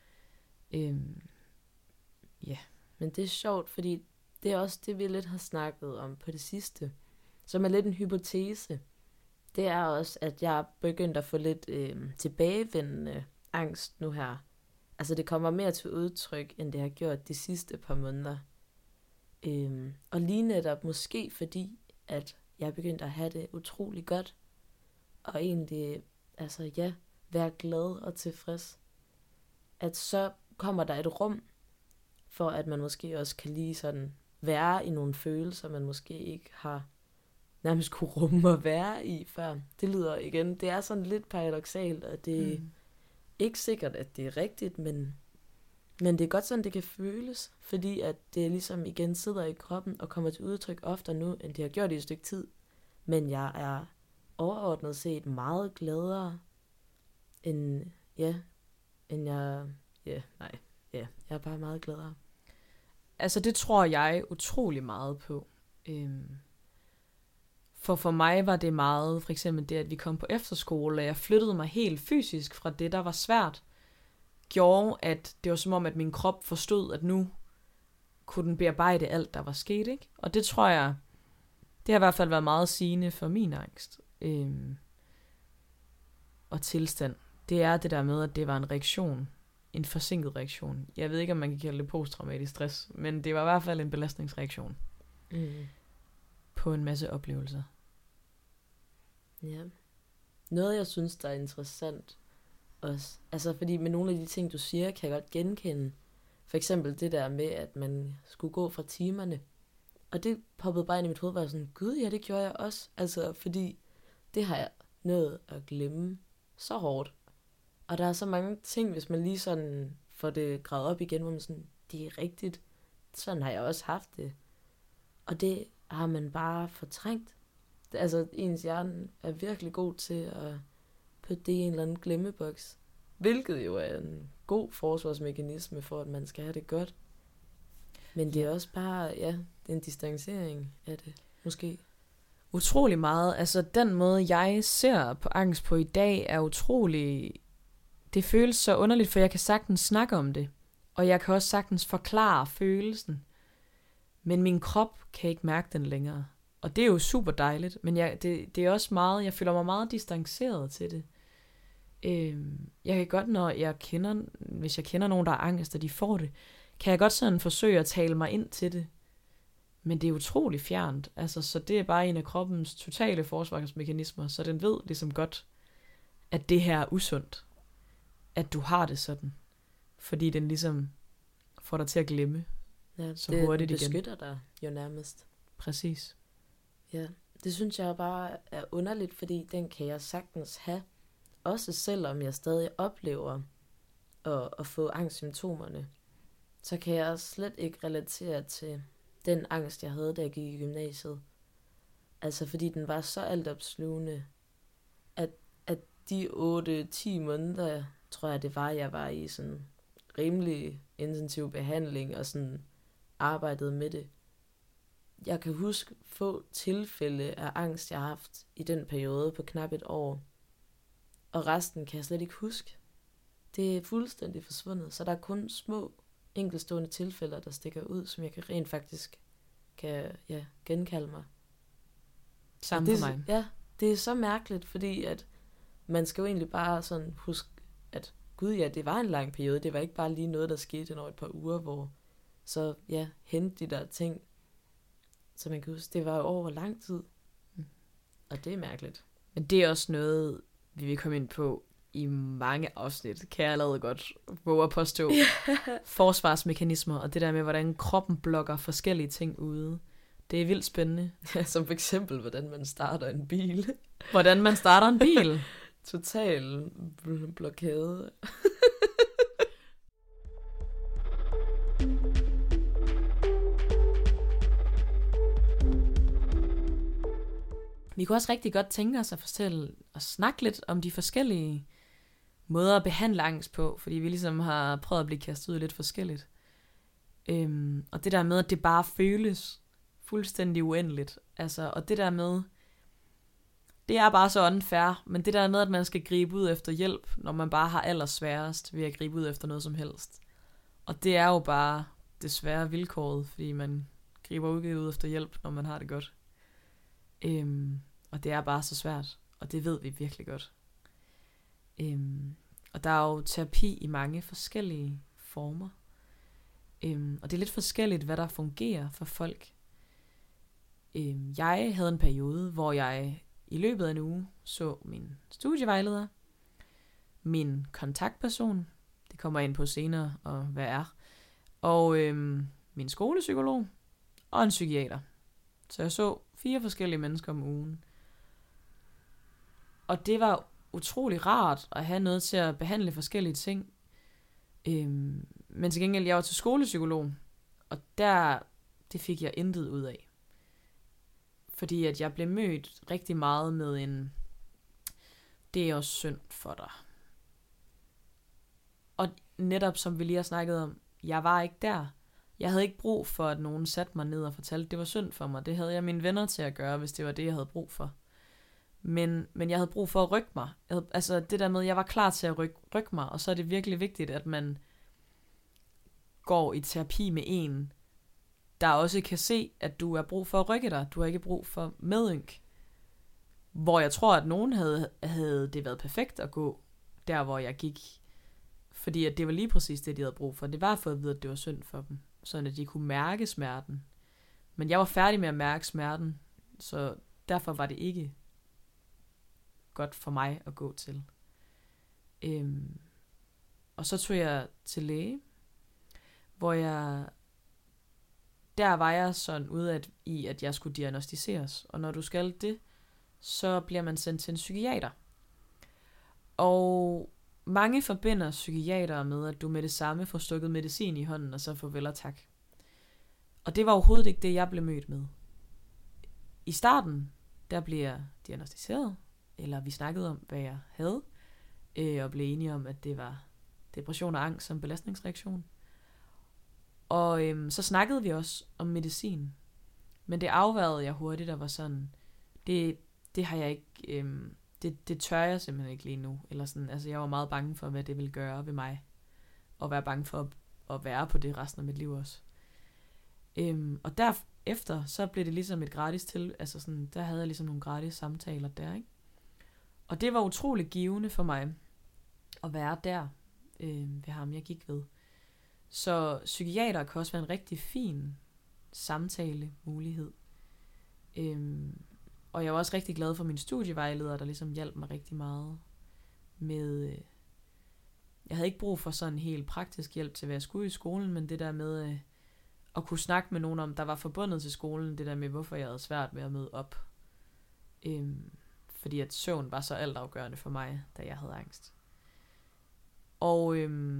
Men det er sjovt, fordi det er også det, vi lidt har snakket om på det sidste, som er lidt en hypotese. Det er også, at jeg er begyndt at få lidt tilbagevendende angst nu her. Altså det kommer mere til udtryk, end det har gjort de sidste par måneder. Og lige netop måske fordi, at jeg er begyndt at have det utrolig godt. Og egentlig, være glad og tilfreds. At så kommer der et rum, for at man måske også kan lige sådan være i nogle følelser, man måske ikke har nærmest kunne rumme at være i før. Det lyder igen, det er sådan lidt paradoksalt, og det er ikke sikkert, at det er rigtigt, men det er godt sådan, det kan føles, fordi at det ligesom igen sidder i kroppen og kommer til udtryk oftere nu, end det har gjort i et stykke tid. Men jeg er overordnet set meget gladere, jeg er bare meget gladere. Altså det tror jeg utrolig meget på. For mig var det meget, for eksempel det, at vi kom på efterskole, og jeg flyttede mig helt fysisk fra det, der var svært, gjorde, at det var som om, at min krop forstod, at nu kunne den bearbejde alt, der var sket, ikke? Og det tror jeg, det har i hvert fald været meget sigende for min angst og tilstand. Det er det der med, at det var en reaktion, en forsinket reaktion. Jeg ved ikke, om man kan kalde det posttraumatisk stress, men det var i hvert fald en belastningsreaktion på en masse oplevelser. Ja. Noget, jeg synes, der er interessant også, altså fordi med nogle af de ting, du siger, kan jeg godt genkende. For eksempel det der med, at man skulle gå fra timerne, Og det poppede bare ind i mit hoved, var sådan, gud ja, det gjorde jeg også. Altså, fordi det har jeg nået at glemme så hårdt. Og der er så mange ting, hvis man lige sådan får det gravet op igen, hvor man sådan, det er rigtigt. Sådan har jeg også haft det. Og det har man bare fortrængt. Altså, ens hjerne er virkelig god til at putte det i en eller anden glemmeboks. Hvilket jo er en god forsvarsmekanisme for, at man skal have det godt. Men det er også bare, ja, en distancering af det, måske. Utrolig meget. Altså, den måde, jeg ser på angst på i dag, er utrolig... Det føles så underligt, for jeg kan sagtens snakke om det. Og jeg kan også sagtens forklare følelsen. Men min krop kan ikke mærke den længere. Og det er jo super dejligt. Men det er også meget... Jeg føler mig meget distanceret til det. Jeg kan godt, hvis jeg kender nogen, der er angst, og de får det, kan jeg godt sådan forsøge at tale mig ind til det. Men det er utrolig fjernt. Altså, så det er bare en af kroppens totale forsvarsmekanismer, så den ved ligesom godt, at det her er usundt. At du har det sådan. Fordi den ligesom får dig til at glemme så hurtigt igen. Det beskytter dig jo nærmest. Præcis. Ja, det synes jeg bare er underligt, fordi den kan jeg sagtens have. Også selvom jeg stadig oplever at få angstsymptomerne, så kan jeg slet ikke relatere til den angst, jeg havde, da jeg gik i gymnasiet. Altså, fordi den var så altopslugende, at de 8-10 måneder, tror jeg det var, jeg var i sådan rimelig intensiv behandling og sådan arbejdede med det. Jeg kan huske få tilfælde af angst, jeg har haft i den periode på knap et år. Og resten kan jeg slet ikke huske. Det er fuldstændig forsvundet, så der er kun små enkeltstående tilfælde, der stikker ud, som jeg kan rent faktisk genkalde mig. Samme for mig. Ja, det er så mærkeligt, fordi at man skal jo egentlig bare sådan huske, at gud ja, det var en lang periode. Det var ikke bare lige noget, der skete over et par uger, hvor så hente de der ting, så man kan huske, det var jo over lang tid. Og det er mærkeligt. Men det er også noget, vi vil komme ind på i mange afsnit, kan jeg allerede godt våge at påstå. Forsvarsmekanismer, og det der med, hvordan kroppen blokker forskellige ting ude. Det er vildt spændende. Ja, som for eksempel, hvordan man starter en bil. Hvordan man starter en bil. Total blokade. Vi kunne også rigtig godt tænke os at snakke lidt om de forskellige måder at behandle angst på, fordi vi ligesom har prøvet at blive kastet ud lidt forskelligt. Og det der med, at det bare føles fuldstændig uendeligt. Altså, og det der med, det er bare så unfair, men det der med, at man skal gribe ud efter hjælp, når man bare har allersværest ved at gribe ud efter noget som helst. Og det er jo bare desværre vilkåret, fordi man griber ud efter hjælp, når man har det godt. Og det er bare så svært, og det ved vi virkelig godt. Og der er jo terapi i mange forskellige former. Og det er lidt forskelligt, hvad der fungerer for folk. Jeg havde en periode, hvor jeg i løbet af en uge så min studievejleder, min kontaktperson, det kommer jeg ind på senere, og hvad er, og min skolepsykolog, og en psykiater. Så jeg så 4 forskellige mennesker om ugen. Og det var utrolig rart at have noget til at behandle forskellige ting. Men til gengæld, jeg var til skolepsykolog, og det fik jeg intet ud af. Fordi at jeg blev mødt rigtig meget med det er også synd for dig. Og netop som vi lige har snakket om, jeg var ikke der. Jeg havde ikke brug for, at nogen satte mig ned og fortalte, at det var synd for mig. Det havde jeg mine venner til at gøre, hvis det var det, jeg havde brug for. Men jeg havde brug for at rykke mig. Altså det der med, at jeg var klar til at rykke mig, og så er det virkelig vigtigt, at man går i terapi med en, der også kan se, at du har brug for at rykke dig. Du har ikke brug for medynk. Hvor jeg tror, at nogen havde det været perfekt at gå der, hvor jeg gik. Fordi at det var lige præcis det, de havde brug for. Det var for at vide, at det var synd for dem. Sådan at de kunne mærke smerten. Men jeg var færdig med at mærke smerten. Så derfor var det ikke godt for mig at gå til. Og så tog jeg til læge, hvor jeg der var jeg sådan ude i, at jeg skulle diagnostiseres. Og når du skal det, så bliver man sendt til en psykiater. Og mange forbinder psykiatere med, at du med det samme får stukket medicin i hånden, og så får vel og tak. Og det var overhovedet ikke det, jeg blev mødt med. I starten, der blev jeg diagnosticeret, eller vi snakkede om, hvad jeg havde, og blev enige om, at det var depression og angst som belastningsreaktion. Og så snakkede vi også om medicin. Men det afværede jeg hurtigt, og var sådan, det har jeg ikke, det tør jeg simpelthen ikke lige nu. Eller sådan, altså jeg var meget bange for, hvad det ville gøre ved mig. Og være bange for at være på det resten af mit liv også. Og derefter, så blev det ligesom et gratis altså sådan, der havde jeg ligesom nogle gratis samtaler der, ikke? Og det var utrolig givende for mig, at være der, ved ham jeg gik ved. Så psykiater kan også være en rigtig fin samtalemulighed. Og jeg var også rigtig glad for min studievejleder, der ligesom hjalp mig rigtig meget med... Jeg havde ikke brug for sådan en helt praktisk hjælp til, hvad jeg skulle i skolen, men det der med at kunne snakke med nogen om, der var forbundet til skolen, det der med, hvorfor jeg havde svært ved at møde op. Fordi at søvn var så altafgørende for mig, da jeg havde angst. Og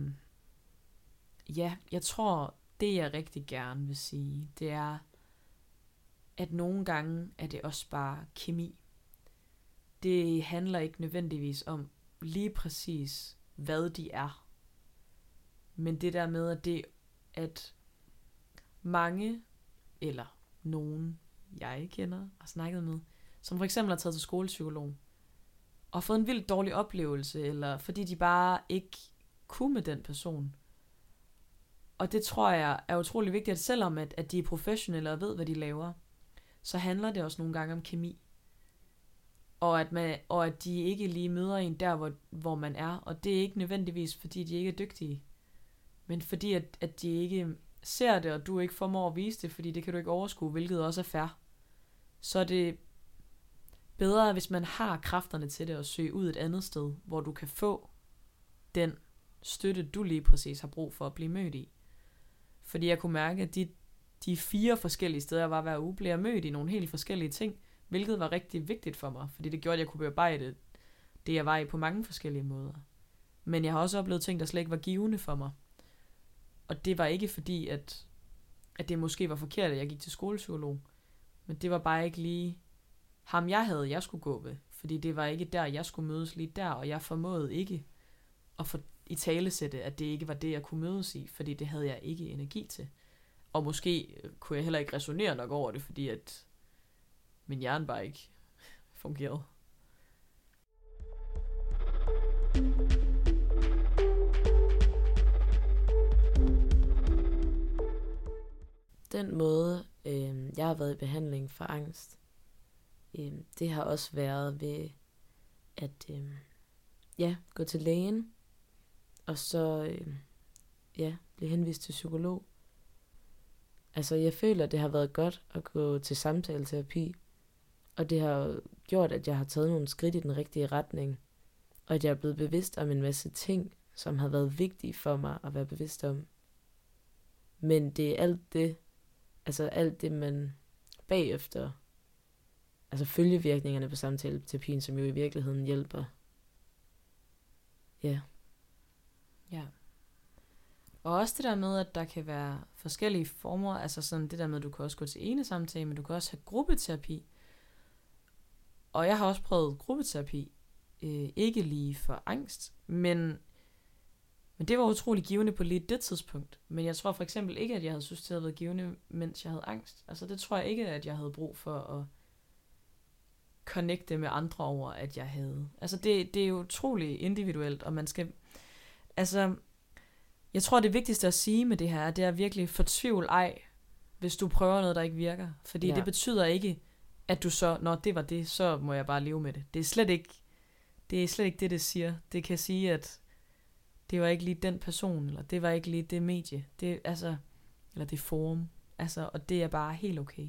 ja, jeg tror, det jeg rigtig gerne vil sige, det er, at nogle gange er det også bare kemi. Det handler ikke nødvendigvis om lige præcis, hvad de er. Men det der med, at mange, eller nogen, jeg kender og snakket med, som for eksempel har taget til skolepsykolog, og fået en vildt dårlig oplevelse, eller fordi de bare ikke kunne med den person. Og det tror jeg er utrolig vigtigt, at selvom at de er professionelle og ved, hvad de laver, så handler det også nogle gange om kemi. Og at de ikke lige møder en der, hvor man er. Og det er ikke nødvendigvis, fordi de ikke er dygtige, men fordi at de ikke ser det, og du ikke formår at vise det, fordi det kan du ikke overskue, hvilket også er fair. Så er det bedre, hvis man har kræfterne til det, at søge ud et andet sted, hvor du kan få den støtte, du lige præcis har brug for at blive mødt i. Fordi jeg kunne mærke, at de 4 forskellige steder, jeg var hver uge, blev jeg mødt i nogle helt forskellige ting, hvilket var rigtig vigtigt for mig, fordi det gjorde, at jeg kunne bearbejde det, jeg var i på mange forskellige måder. Men jeg har også oplevet ting, der slet ikke var givende for mig. Og det var ikke fordi, at det måske var forkert, at jeg gik til skolepsykolog, men det var bare ikke lige ham, jeg skulle gå ved, fordi det var ikke der, jeg skulle mødes lige der, og jeg formåede ikke at få italesætte, at det ikke var det, jeg kunne mødes i, fordi det havde jeg ikke energi til. Og måske kunne jeg heller ikke resonere nok over det, fordi at min hjerne bare ikke fungerede. Den måde, jeg har været i behandling for angst, det har også været ved at gå til lægen, og så blive henvist til psykolog. Altså, jeg føler, at det har været godt at gå til samtaleterapi, og det har gjort, at jeg har taget nogle skridt i den rigtige retning, og at jeg er blevet bevidst om en masse ting, som har været vigtige for mig at være bevidst om. Men det er alt det, man bagefter, altså følgevirkningerne på samtaleterapien, som jo i virkeligheden hjælper. Ja. Ja. Og også det der med, at der kan være forskellige former, altså sådan det der med, at du kan også gå til enesamtale, men du kan også have gruppeterapi. Og jeg har også prøvet gruppeterapi, ikke lige for angst, men det var utrolig givende på lige det tidspunkt. Men jeg tror for eksempel ikke, at jeg havde synes, det havde været givende, mens jeg havde angst. Altså det tror jeg ikke, at jeg havde brug for at connecte med andre over, at jeg havde. Altså det er jo utrolig individuelt, og man skal, altså jeg tror, det vigtigste at sige med det her, det er virkelig fortvivl ej, hvis du prøver noget, der ikke virker. Fordi det betyder ikke, at du så, når det var det, så må jeg bare leve med det. Det er slet ikke det siger. Det kan sige, at det var ikke lige den person, eller det var ikke lige det medie, eller det forum. Altså, og det er bare helt okay.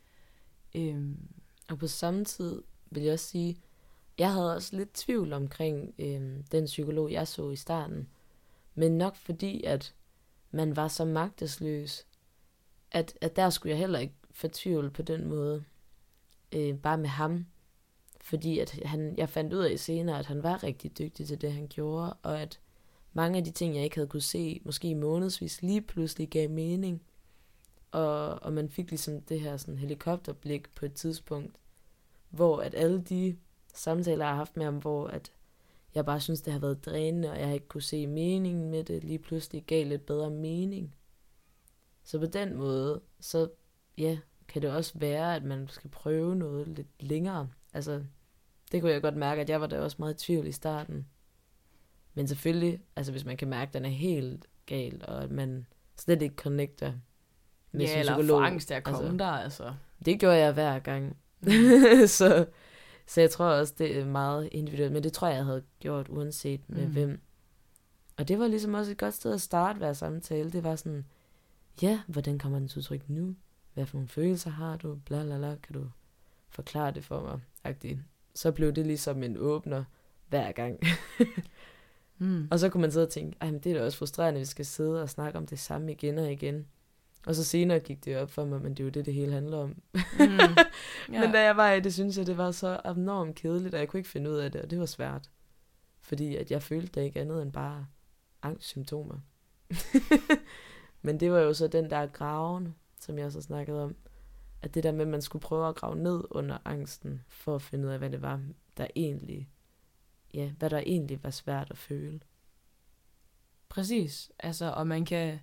Og på samme tid vil jeg også sige, jeg havde også lidt tvivl omkring den psykolog, jeg så i starten. Men nok fordi, at man var så magtesløs, at der skulle jeg heller ikke fortvivle på den måde, bare med ham. Fordi at jeg fandt ud af senere, at han var rigtig dygtig til det, han gjorde, og at mange af de ting, jeg ikke havde kunne se, måske i månedsvis, lige pludselig gav mening. Og man fik ligesom det her sådan helikopterblik på et tidspunkt, hvor at alle de samtaler, jeg har haft med ham, hvor at jeg bare synes, det har været drænende, og jeg ikke kunne se meningen med det, lige pludselig gav lidt bedre mening. Så på den måde, så ja, kan det også være, at man skal prøve noget lidt længere. Altså, det kunne jeg godt mærke, at jeg var da også meget i tvivl i starten. Men selvfølgelig, altså hvis man kan mærke, at den er helt gal, og at man slet ikke connecter med sin eller psykolog. for angst af at komme der, altså. Det gjorde jeg hver gang. Så jeg tror også, det er meget individuelt, men det tror jeg havde gjort, uanset med hvem. Og det var ligesom også et godt sted at starte hver samtale. Det var sådan, ja, hvordan kommer den til udtryk nu? Hvad for nogle følelser har du? Blablabla, kan du forklare det for mig? Agtigt. Så blev det ligesom en åbner hver gang. Og så kunne man sidde og tænke, ej, men det er da også frustrerende, at vi skal sidde og snakke om det samme igen og igen. Og så senere gik det op for mig, men det er jo det hele handler om. Ja. Men da jeg var i det, synes jeg, det var så abnormt kedeligt, og jeg kunne ikke finde ud af det, og det var svært. Fordi at jeg følte det ikke andet end bare angstsymptomer. Men det var jo så den der graven, som jeg så snakkede om. At det der med, at man skulle prøve at grave ned under angsten, for at finde ud af, hvad det var, der egentlig, ja, hvad der egentlig var svært at føle. Præcis. Altså, og man kan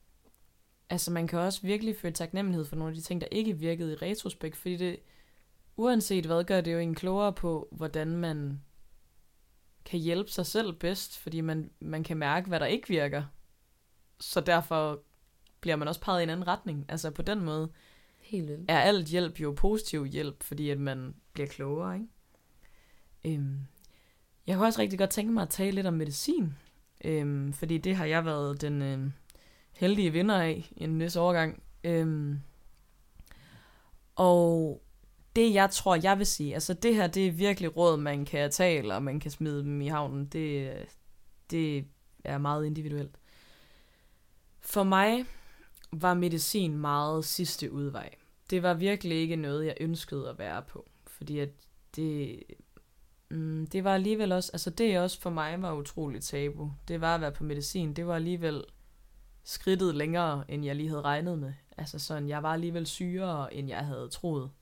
også virkelig føle taknemmelighed for nogle af de ting, der ikke virkede i retrospekt, fordi det, uanset hvad, gør det jo en klogere på, hvordan man kan hjælpe sig selv bedst, fordi man kan mærke, hvad der ikke virker. Så derfor bliver man også peget i en anden retning. Altså på den måde Helt vildt. Er alt hjælp jo positiv hjælp, fordi at man bliver klogere, ikke? Jeg kunne også rigtig godt tænke mig at tale lidt om medicin, fordi det har jeg været den heldige vinder af i en næste overgang. Og det jeg tror, jeg vil sige, altså det her, det er virkelig råd, man kan tage, eller man kan smide dem i havnen. Det er meget individuelt. For mig var medicin meget sidste udvej. Det var virkelig ikke noget, jeg ønskede at være på, fordi at det var alligevel også, altså det også for mig var utroligt tabu. Det var at være på medicin, det var alligevel skridtet længere, end jeg lige havde regnet med. Altså sådan, jeg var alligevel sygere, end jeg havde troet.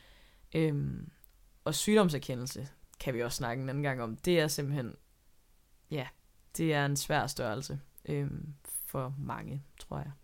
Og sygdomserkendelse, kan vi også snakke en anden gang om, det er simpelthen, ja, det er en svær størrelse for mange, tror jeg.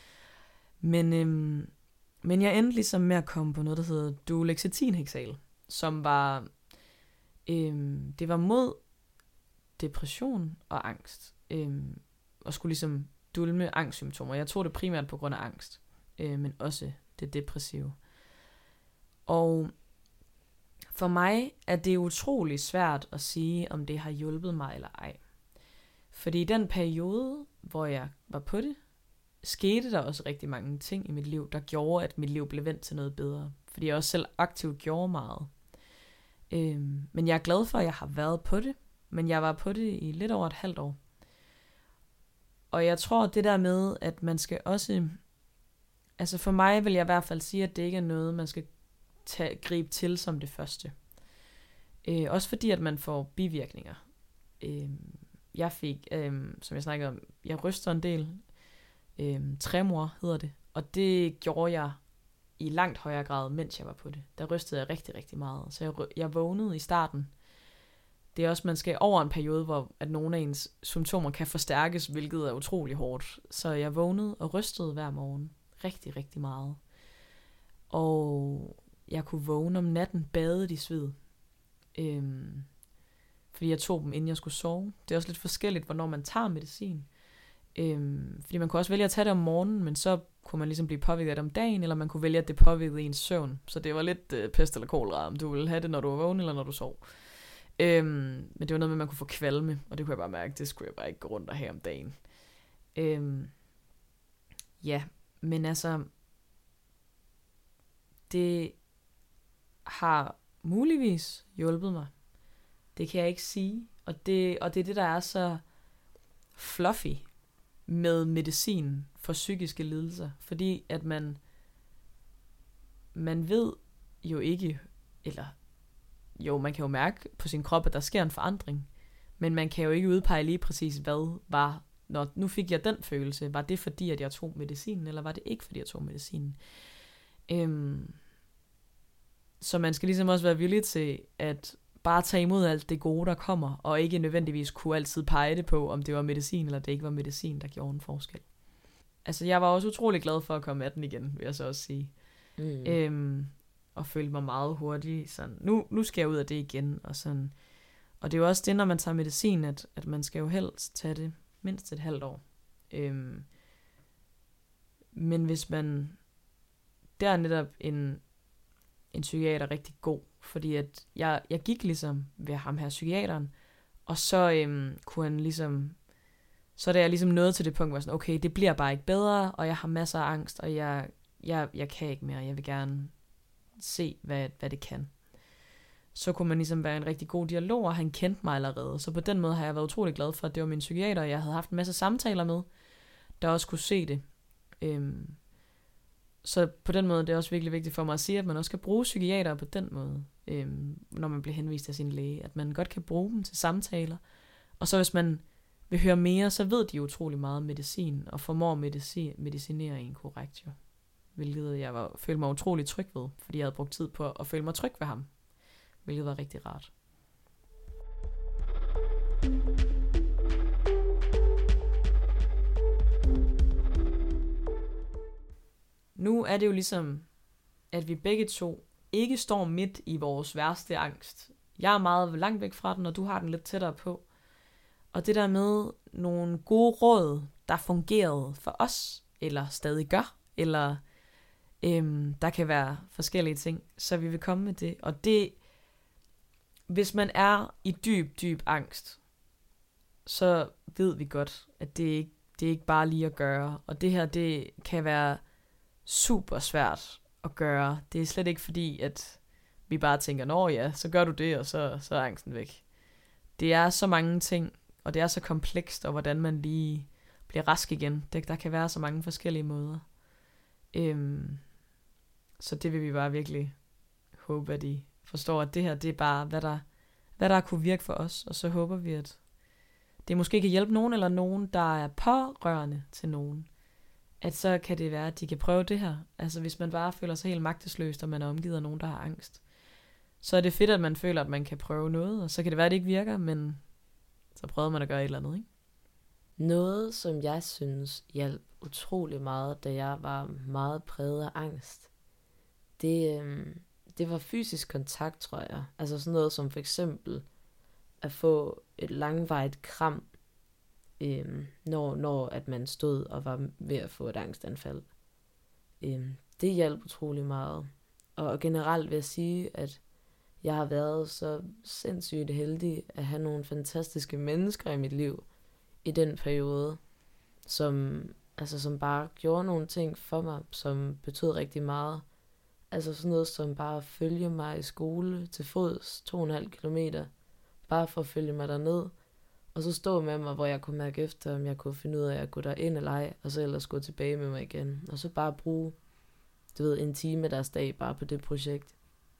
Men jeg endte ligesom med at komme på noget, der hedder duoxetinhexal, som var, det var mod depression og angst, og skulle ligesom dulme angstsymptomer. Jeg tog det primært på grund af angst, men også det depressive. Og for mig er det utrolig svært at sige, om det har hjulpet mig eller ej. Fordi i den periode, hvor jeg var på det, skete der også rigtig mange ting i mit liv, der gjorde, at mit liv blev vendt til noget bedre. Fordi jeg også selv aktivt gjorde meget. Men jeg er glad for, at jeg har været på det. Men jeg var på det i lidt over et halvt år. Og jeg tror, det der med, at man skal også... Altså for mig vil jeg i hvert fald sige, at det ikke er noget, man skal gribe til som det første. Også fordi, at man får bivirkninger. Jeg fik, som jeg snakkede om, jeg ryster en del. Tremor hedder det. Og det gjorde jeg i langt højere grad, mens jeg var på det. Der rystede jeg rigtig, rigtig meget. Så jeg vågnede i starten. Det er også, man skal over en periode, hvor at nogle af ens symptomer kan forstærkes, hvilket er utrolig hårdt. Så jeg vågnede og rystede hver morgen. Rigtig, rigtig meget. Og jeg kunne vågne om natten, badet i sved. Fordi jeg tog dem, inden jeg skulle sove. Det er også lidt forskelligt, hvornår man tager medicin. Fordi man kunne også vælge at tage det om morgenen, men så kunne man ligesom blive påvirket af det om dagen, eller man kunne vælge, at det påvirkede ens søvn. Så det var lidt pest eller kolera, om du ville have det, når du var vågen, eller når du sov. Men det var noget med, at man kunne få kvalme, og det kunne jeg bare mærke, det skulle jeg bare ikke gå rundt og have om dagen. Ja, men altså, det har muligvis hjulpet mig. Det kan jeg ikke sige. Og det er det, der er så fluffy med medicin for psykiske lidelser, fordi at man ved jo ikke, eller jo, man kan jo mærke på sin krop, at der sker en forandring, men man kan jo ikke udpege lige præcis, hvad var, når nu fik jeg den følelse, var det fordi, at jeg tog medicinen, eller var det ikke fordi, jeg tog medicinen? Så man skal ligesom også være villig til, at bare tage imod alt det gode, der kommer, og ikke nødvendigvis kunne altid pege det på, om det var medicin, eller det ikke var medicin, der gjorde en forskel. Altså, jeg var også utrolig glad for at komme 18 igen, vil jeg så også sige. Og følte mig meget hurtigt sådan, nu skal jeg ud af det igen, og sådan. Og det er jo også det, når man tager medicin, at man skal jo helst tage det mindst et halvt år. Men hvis man, der er netop en psykiater rigtig god, fordi at jeg gik ligesom ved ham her psykiateren, og så kunne han ligesom, så da jeg ligesom nåede til det punkt, hvor sådan, okay, det bliver bare ikke bedre, og jeg har masser af angst, og jeg kan ikke mere, jeg vil gerne se, hvad det kan. Så kunne man ligesom være en rigtig god dialog, og han kendte mig allerede. Så på den måde har jeg været utrolig glad for, at det var min psykiater, og jeg havde haft en masse samtaler med, der også kunne se det. Så på den måde det er også virkelig vigtigt for mig at sige, at man også kan bruge psykiater på den måde, når man bliver henvist af sin læge. At man godt kan bruge dem til samtaler. Og så hvis man vil høre mere, så ved de utrolig meget om medicin, og formår medicinere en korrekt jo. Hvilket jeg følte mig utrolig tryg ved, fordi jeg havde brugt tid på at føle mig tryg ved ham. Hvilket var rigtig rart. Nu er det jo ligesom, at vi begge to ikke står midt i vores værste angst. Jeg er meget langt væk fra den, og du har den lidt tættere på. Og det der med nogle gode råd, der fungerede for os, eller stadig gør, eller der kan være forskellige ting, så vi vil komme med det. Og det, hvis man er i dyb angst, så ved vi godt, at det er ikke bare lige at gøre. Og det her, det kan være super svært at gøre. Det er slet ikke fordi, at vi bare tænker, nå ja, så gør du det, og så er angsten væk. Det er så mange ting, og det er så komplekst, og hvordan man lige bliver rask igen. Der kan være så mange forskellige måder. Så det vil vi bare virkelig håbe, at I forstår, at det her, det er bare, hvad der kunne virke for os. Og så håber vi, at det måske kan hjælpe nogen, eller nogen, der er pårørende til nogen. At så kan det være, at de kan prøve det her. Altså hvis man bare føler sig helt magtesløs, og man er omgivet af nogen, der har angst. Så er det fedt, at man føler, at man kan prøve noget. Og så kan det være, at det ikke virker, men så prøver man at gøre et eller andet, ikke? Noget, som jeg synes hjalp utrolig meget, da jeg var meget præget af angst, det var fysisk kontakt, tror jeg. Altså sådan noget som for eksempel at få et langvarigt kram, når at man stod og var ved at få et angstanfald. Det hjalp utrolig meget. Og generelt vil jeg sige, at jeg har været så sindssygt heldig at have nogle fantastiske mennesker i mit liv i den periode, som bare gjorde nogle ting for mig, som betød rigtig meget. Altså sådan noget som bare at følge mig i skole til fods 2,5 kilometer, bare for at følge mig derned, og så stå med mig, hvor jeg kunne mærke efter, om jeg kunne finde ud af at gå derind eller ej, og så ellers gå tilbage med mig igen. Og så bare bruge, en time af deres dag bare på det projekt.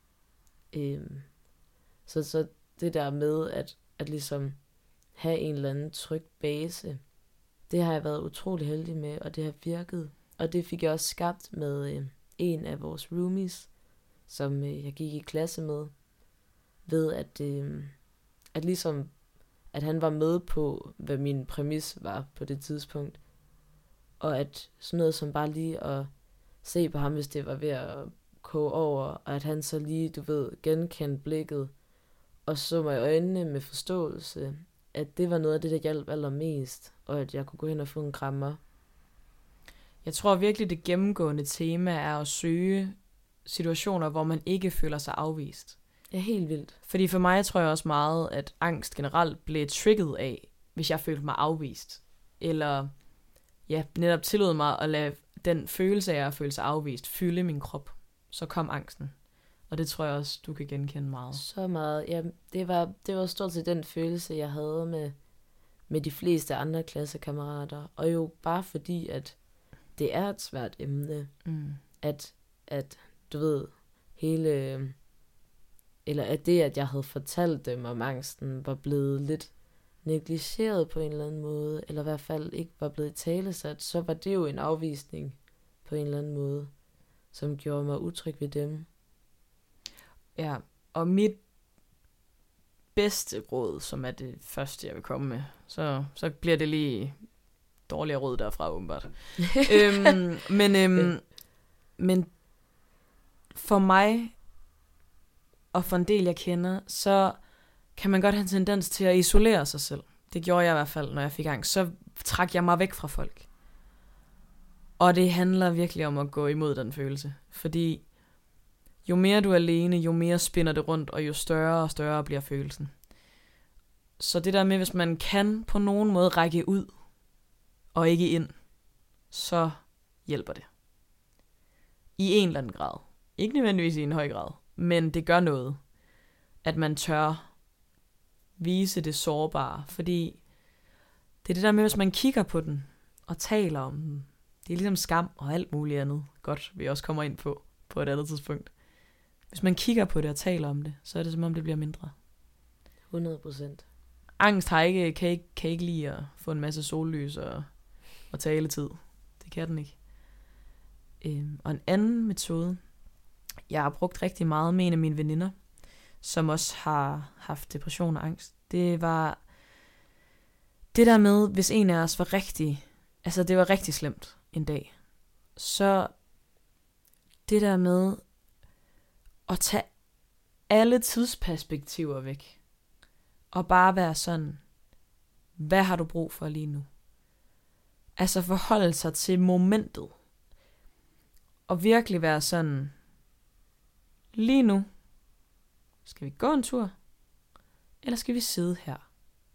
Så det der med at ligesom have en eller anden tryg base, det har jeg været utrolig heldig med, og det har virket. Og det fik jeg også skabt med en af vores roomies, som jeg gik i klasse med, ved at ligesom at han var med på, hvad min præmis var på det tidspunkt. Og at sådan noget som bare lige at se på ham, hvis det var ved at koge over, og at han så lige, genkendte blikket, og så mig i øjnene med forståelse, at det var noget af det, der hjalp allermest, og at jeg kunne gå hen og få en krammer. Jeg tror virkelig, det gennemgående tema er at søge situationer, hvor man ikke føler sig afvist. Ja, helt vildt. Fordi for mig tror jeg også meget, at angst generelt blev trigget af, hvis jeg følte mig afvist. Eller netop tillod mig at lade den følelse af at føle sig afvist fylde min krop. Så kom angsten. Og det tror jeg også, du kan genkende meget. Så meget. Ja, det var stort set den følelse, jeg havde med med de fleste andre klassekammerater. Og jo bare fordi, at det er et svært emne, at du ved, eller at det, at jeg havde fortalt dem om angsten, var blevet lidt negligeret på en eller anden måde, eller i hvert fald ikke var blevet italesat, så var det jo en afvisning på en eller anden måde, som gjorde mig utryg ved dem. Ja, og mit bedste råd, som er det første, jeg vil komme med, så bliver det lige dårligere råd derfra, åbenbart. Men for mig, og for en del, jeg kender, så kan man godt have en tendens til at isolere sig selv. Det gjorde jeg i hvert fald, når jeg fik angst. Så trak jeg mig væk fra folk. Og det handler virkelig om at gå imod den følelse. Fordi jo mere du er alene, jo mere spinder det rundt, og jo større og større bliver følelsen. Så det der med, hvis man kan på nogen måde række ud, og ikke ind, så hjælper det. I en eller anden grad. Ikke nødvendigvis i en høj grad, men det gør noget, at man tør vise det sårbare, fordi det er det der med, hvis man kigger på den og taler om den. Det er ligesom skam og alt muligt andet. Godt, vi også kommer ind på et andet tidspunkt. Hvis man kigger på det og taler om det, så er det som om det bliver mindre. 100%. Angst kan ikke lide at få en masse sollys og taletid. Det kan den ikke. Og en anden metode, jeg har brugt rigtig meget med en af mine veninder, som også har haft depression og angst, det var det der med, hvis en af os var det var rigtig slemt en dag, så det der med at tage alle tidsperspektiver væk, og bare være sådan, hvad har du brug for lige nu? Altså forholde sig til momentet, og virkelig være sådan, lige nu, skal vi gå en tur? Eller skal vi sidde her?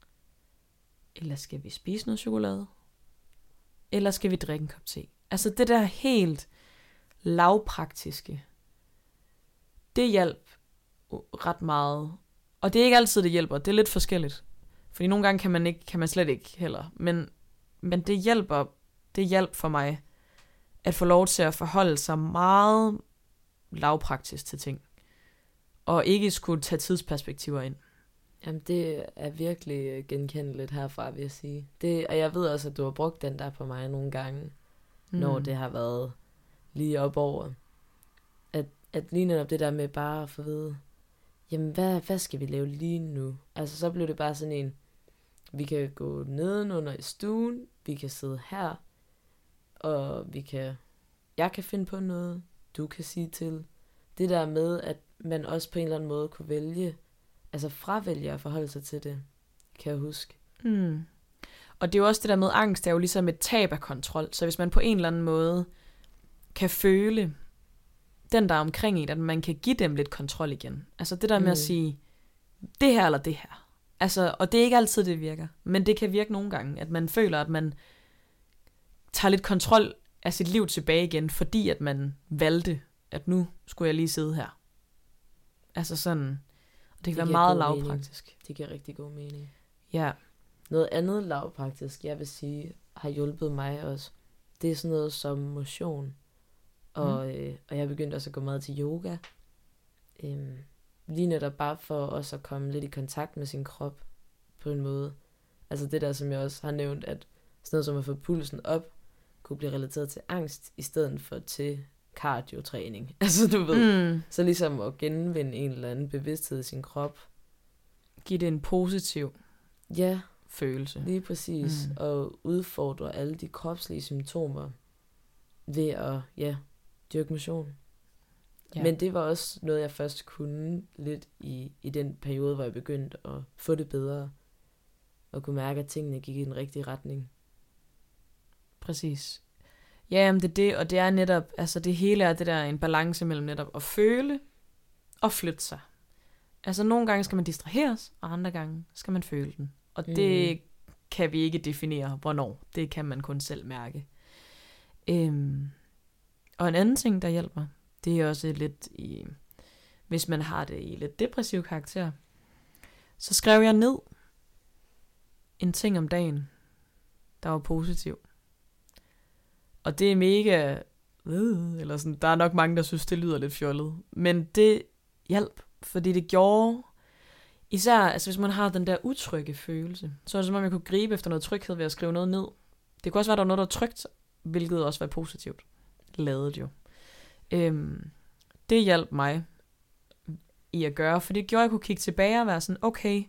Eller skal vi spise noget chokolade? Eller skal vi drikke en kop te? Altså det der helt lavpraktiske, det hjalp ret meget. Og det er ikke altid, det hjælper. Det er lidt forskelligt. Fordi nogle gange kan man slet ikke heller. Men det hjælper for mig at få lov til at forholde sig meget lavpraktisk til ting. Og ikke skulle tage tidsperspektiver ind. Jamen, det er virkelig genkendeligt herfra, vil jeg sige. Og jeg ved også, at du har brugt den der på mig nogle gange, når det har været lige op over. At lige netop det der med bare at få at vide, jamen, hvad skal vi lave lige nu? Altså, så blev det bare sådan en, vi kan gå nedenunder i stuen, vi kan sidde her, og jeg kan finde på noget, du kan sige til. Det der med, at man også på en eller anden måde kunne vælge, altså fravælge at forholde sig til det, kan jeg huske. Og det er jo også det der med, angst er jo ligesom et tab af kontrol. Så hvis man på en eller anden måde kan føle den der er omkring en, at man kan give dem lidt kontrol igen. Altså det der med at sige, det her eller det her. Altså, og det er ikke altid, det virker. Men det kan virke nogle gange, at man føler, at man tager lidt kontrol af sit liv tilbage igen, fordi at man valgte, at nu skulle jeg lige sidde her. Altså sådan, og det kan være meget lavpraktisk. Mening. Det giver rigtig god mening. Ja. Noget andet lavpraktisk, jeg vil sige, har hjulpet mig også. Det er sådan noget som motion. Og jeg begyndte også at gå meget til yoga. Lige netop bare for også at komme lidt i kontakt med sin krop på en måde. Altså det der, som jeg også har nævnt, at sådan noget som at få pulsen op, kunne blive relateret til angst, i stedet for til cardio-træning. Altså du ved, så ligesom at genvinde en eller anden bevidsthed i sin krop. Giv det en positiv følelse. Lige præcis. Og udfordre alle de kropslige symptomer ved at, dyrke motion. Ja. Men det var også noget, jeg først kunne lidt i den periode, hvor jeg begyndte at få det bedre. Og kunne mærke, at tingene gik i den rigtige retning. Præcis. Ja, jamen det er det, og det er netop, altså det hele er det der en balance mellem netop at føle og flytte sig. Altså nogle gange skal man distraheres, og andre gange skal man føle den. Og det kan vi ikke definere, hvornår. Det kan man kun selv mærke. Og en anden ting, der hjælper, det er også lidt hvis man har det i lidt depressiv karakter, så skrev jeg ned, en ting om dagen, der var positiv. Og det er mega... eller sådan, der er nok mange, der synes, det lyder lidt fjollet. Men det hjalp, fordi det gjorde... Især, altså hvis man har den der utrygge følelse, så er det som om, jeg kunne gribe efter noget tryghed ved at skrive noget ned. Det kunne også være, der var noget, der var trygt, hvilket også var positivt. Ladet jo. Det hjalp mig i at gøre, for det gjorde, at jeg kunne kigge tilbage og være sådan, okay,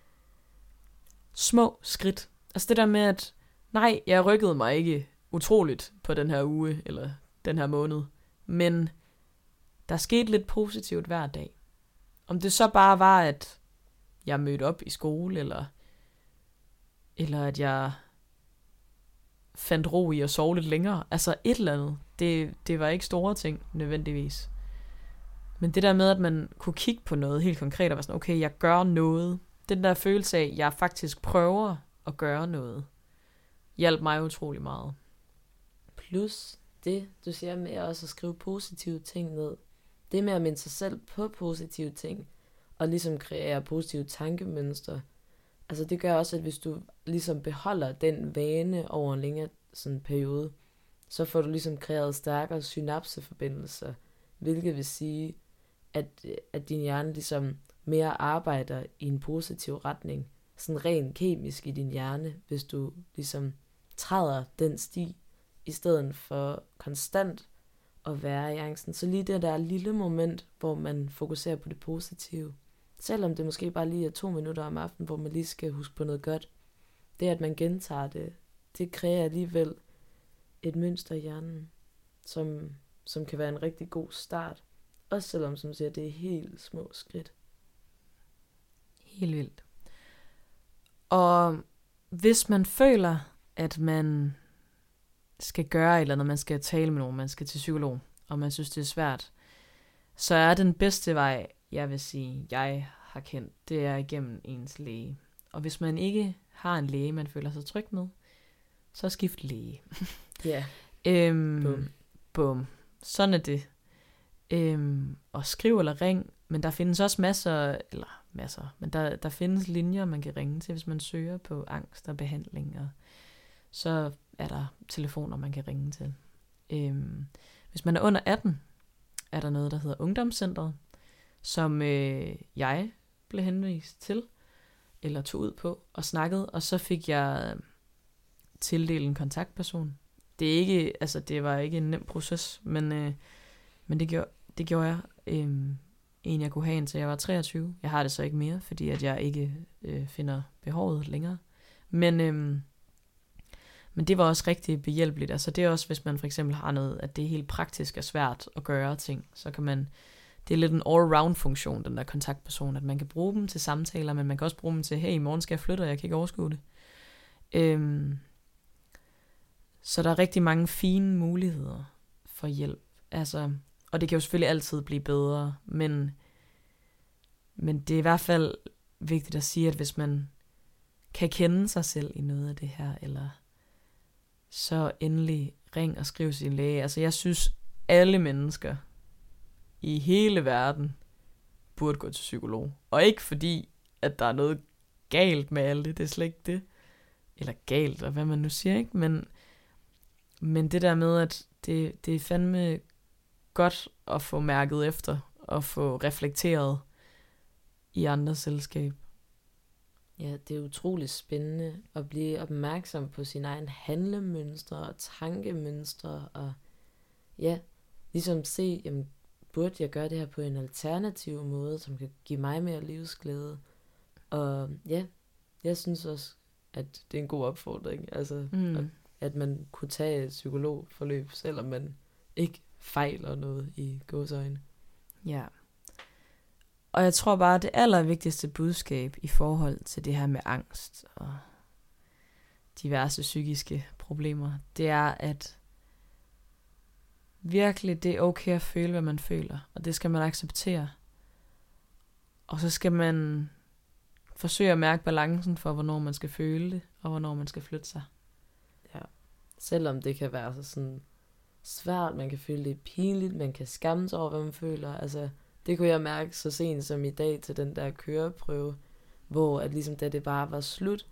små skridt. Altså det der med, at nej, jeg rykkede mig ikke utroligt på den her uge, eller den her måned, men der skete lidt positivt hver dag. Om det så bare var, at jeg mødte op i skole, eller at jeg fandt ro i at sove lidt længere. Altså et eller andet. Det var ikke store ting, nødvendigvis. Men det der med, at man kunne kigge på noget helt konkret, og være sådan, okay, jeg gør noget. Den der følelse af, at jeg faktisk prøver at gøre noget, hjalp mig utrolig meget. Plus det, du siger med også at skrive positive ting ned. Det med at minde sig selv på positive ting, og ligesom kreere positive tankemønstre. Altså det gør også, at hvis du ligesom beholder den vane over en længere sådan periode, så får du ligesom kreeret stærkere synapseforbindelser, hvilket vil sige, at din hjerne ligesom mere arbejder i en positiv retning, sådan rent kemisk i din hjerne, hvis du ligesom træder den sti, i stedet for konstant at være i angsten. Så lige det der lille moment, hvor man fokuserer på det positive, selvom det måske bare lige er 2 minutter om aftenen, hvor man lige skal huske på noget godt, det at man gentager det, det kræver alligevel et mønster i hjernen, som kan være en rigtig god start. Også selvom, som siger, det er helt små skridt. Helt vildt. Og hvis man føler, at man skal gøre et eller andet, man skal tale med nogen, man skal til psykolog, og man synes, det er svært, så er den bedste vej, jeg vil sige, jeg har kendt, det er igennem ens læge. Og hvis man ikke har en læge, man føler sig tryg med, så skift læge. Ja. Bum. Sådan er det. Og skriv eller ring, men der findes også masser, men der findes linjer, man kan ringe til, hvis man søger på angst og behandling, og så er der telefoner, man kan ringe til. Hvis man er under 18, er der noget, der hedder Ungdomscentret, som jeg blev henvist til, eller tog ud på og snakkede, og så fik jeg tildelt en kontaktperson. Det var ikke en nem proces, men det gjorde jeg. En jeg kunne have indtil jeg var 23. Jeg har det så ikke mere, fordi at jeg ikke finder behovet længere. Men det var også rigtig behjælpeligt. Altså det er også, hvis man for eksempel har noget, at det er helt praktisk og svært at gøre ting, så kan man, det er lidt en all-round funktion, den der kontaktperson, at man kan bruge dem til samtaler, men man kan også bruge dem til, hey, i morgen skal jeg flytte, og jeg kan ikke overskue det. Så der er rigtig mange fine muligheder for hjælp. Altså, og det kan jo selvfølgelig altid blive bedre, men det er i hvert fald vigtigt at sige, at hvis man kan kende sig selv i noget af det her, eller så endelig ring og skriv sin læge. Altså jeg synes, alle mennesker i hele verden burde gå til psykolog. Og ikke fordi, at der er noget galt med alt det er slet ikke det. Eller galt, og hvad man nu siger, ikke? Men det der med, at det er fandme godt at få mærket efter, og få reflekteret i andres selskab. Ja, det er utroligt spændende at blive opmærksom på sine egne handlemønstre og tankemønstre, og ja, ligesom se, jamen, burde jeg gøre det her på en alternativ måde, som kan give mig mere livsglæde. Og ja, jeg synes også, at det er en god opfordring, altså at man kunne tage et psykologforløb, selvom man ikke fejler noget i gåseøjne. Ja. Og jeg tror bare, at det allervigtigste budskab i forhold til det her med angst og diverse psykiske problemer, det er, at virkelig det er okay at føle, hvad man føler, og det skal man acceptere. Og så skal man forsøge at mærke balancen for, hvornår man skal føle det, og hvornår man skal flytte sig. Ja. Selvom det kan være så sådan svært, man kan føle det pinligt, man kan skamme sig over, hvad man føler. Altså, det kunne jeg mærke så sent som i dag til den der køreprøve, hvor at ligesom da det bare var slut,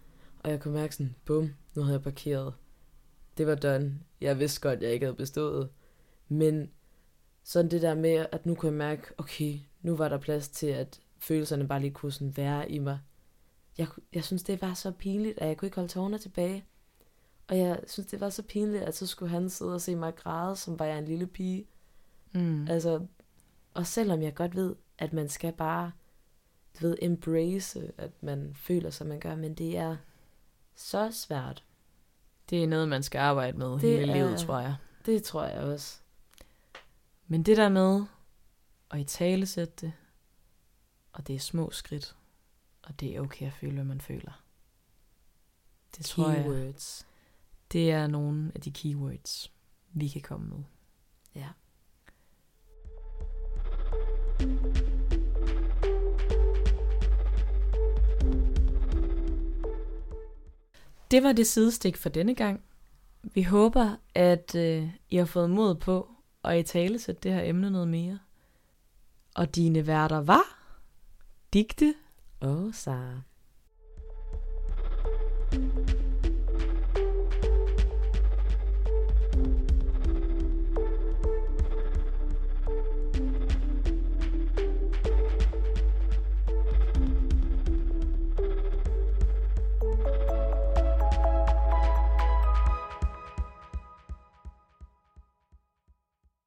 Og jeg kunne mærke sådan, bum, nu havde jeg parkeret. Det var done. Jeg vidste godt, jeg ikke havde bestået. Men sådan det der med, at nu kunne jeg mærke, okay, nu var der plads til, at følelserne bare lige kunne sådan være i mig. Jeg synes, det var så pinligt, at jeg kunne ikke holde tårerne tilbage. Og jeg synes, det var så pinligt, at så skulle han sidde og se mig græde, som var jeg en lille pige. Altså, og selvom jeg godt ved, at man skal bare, embrace, at man føler, som man gør, men det er så svært. Det er noget, man skal arbejde med hele livet, tror jeg. Det tror jeg også. Men det der med at italesætte det, og det er små skridt, og det er okay at føle, hvad man føler. Det tror jeg. Keywords. Det er nogle af de keywords, vi kan komme med. Ja. Det var det sidestik for denne gang. Vi håber, at I har fået mod på at italesætte det her emne noget mere. Og dine værter var Digte Og Sara.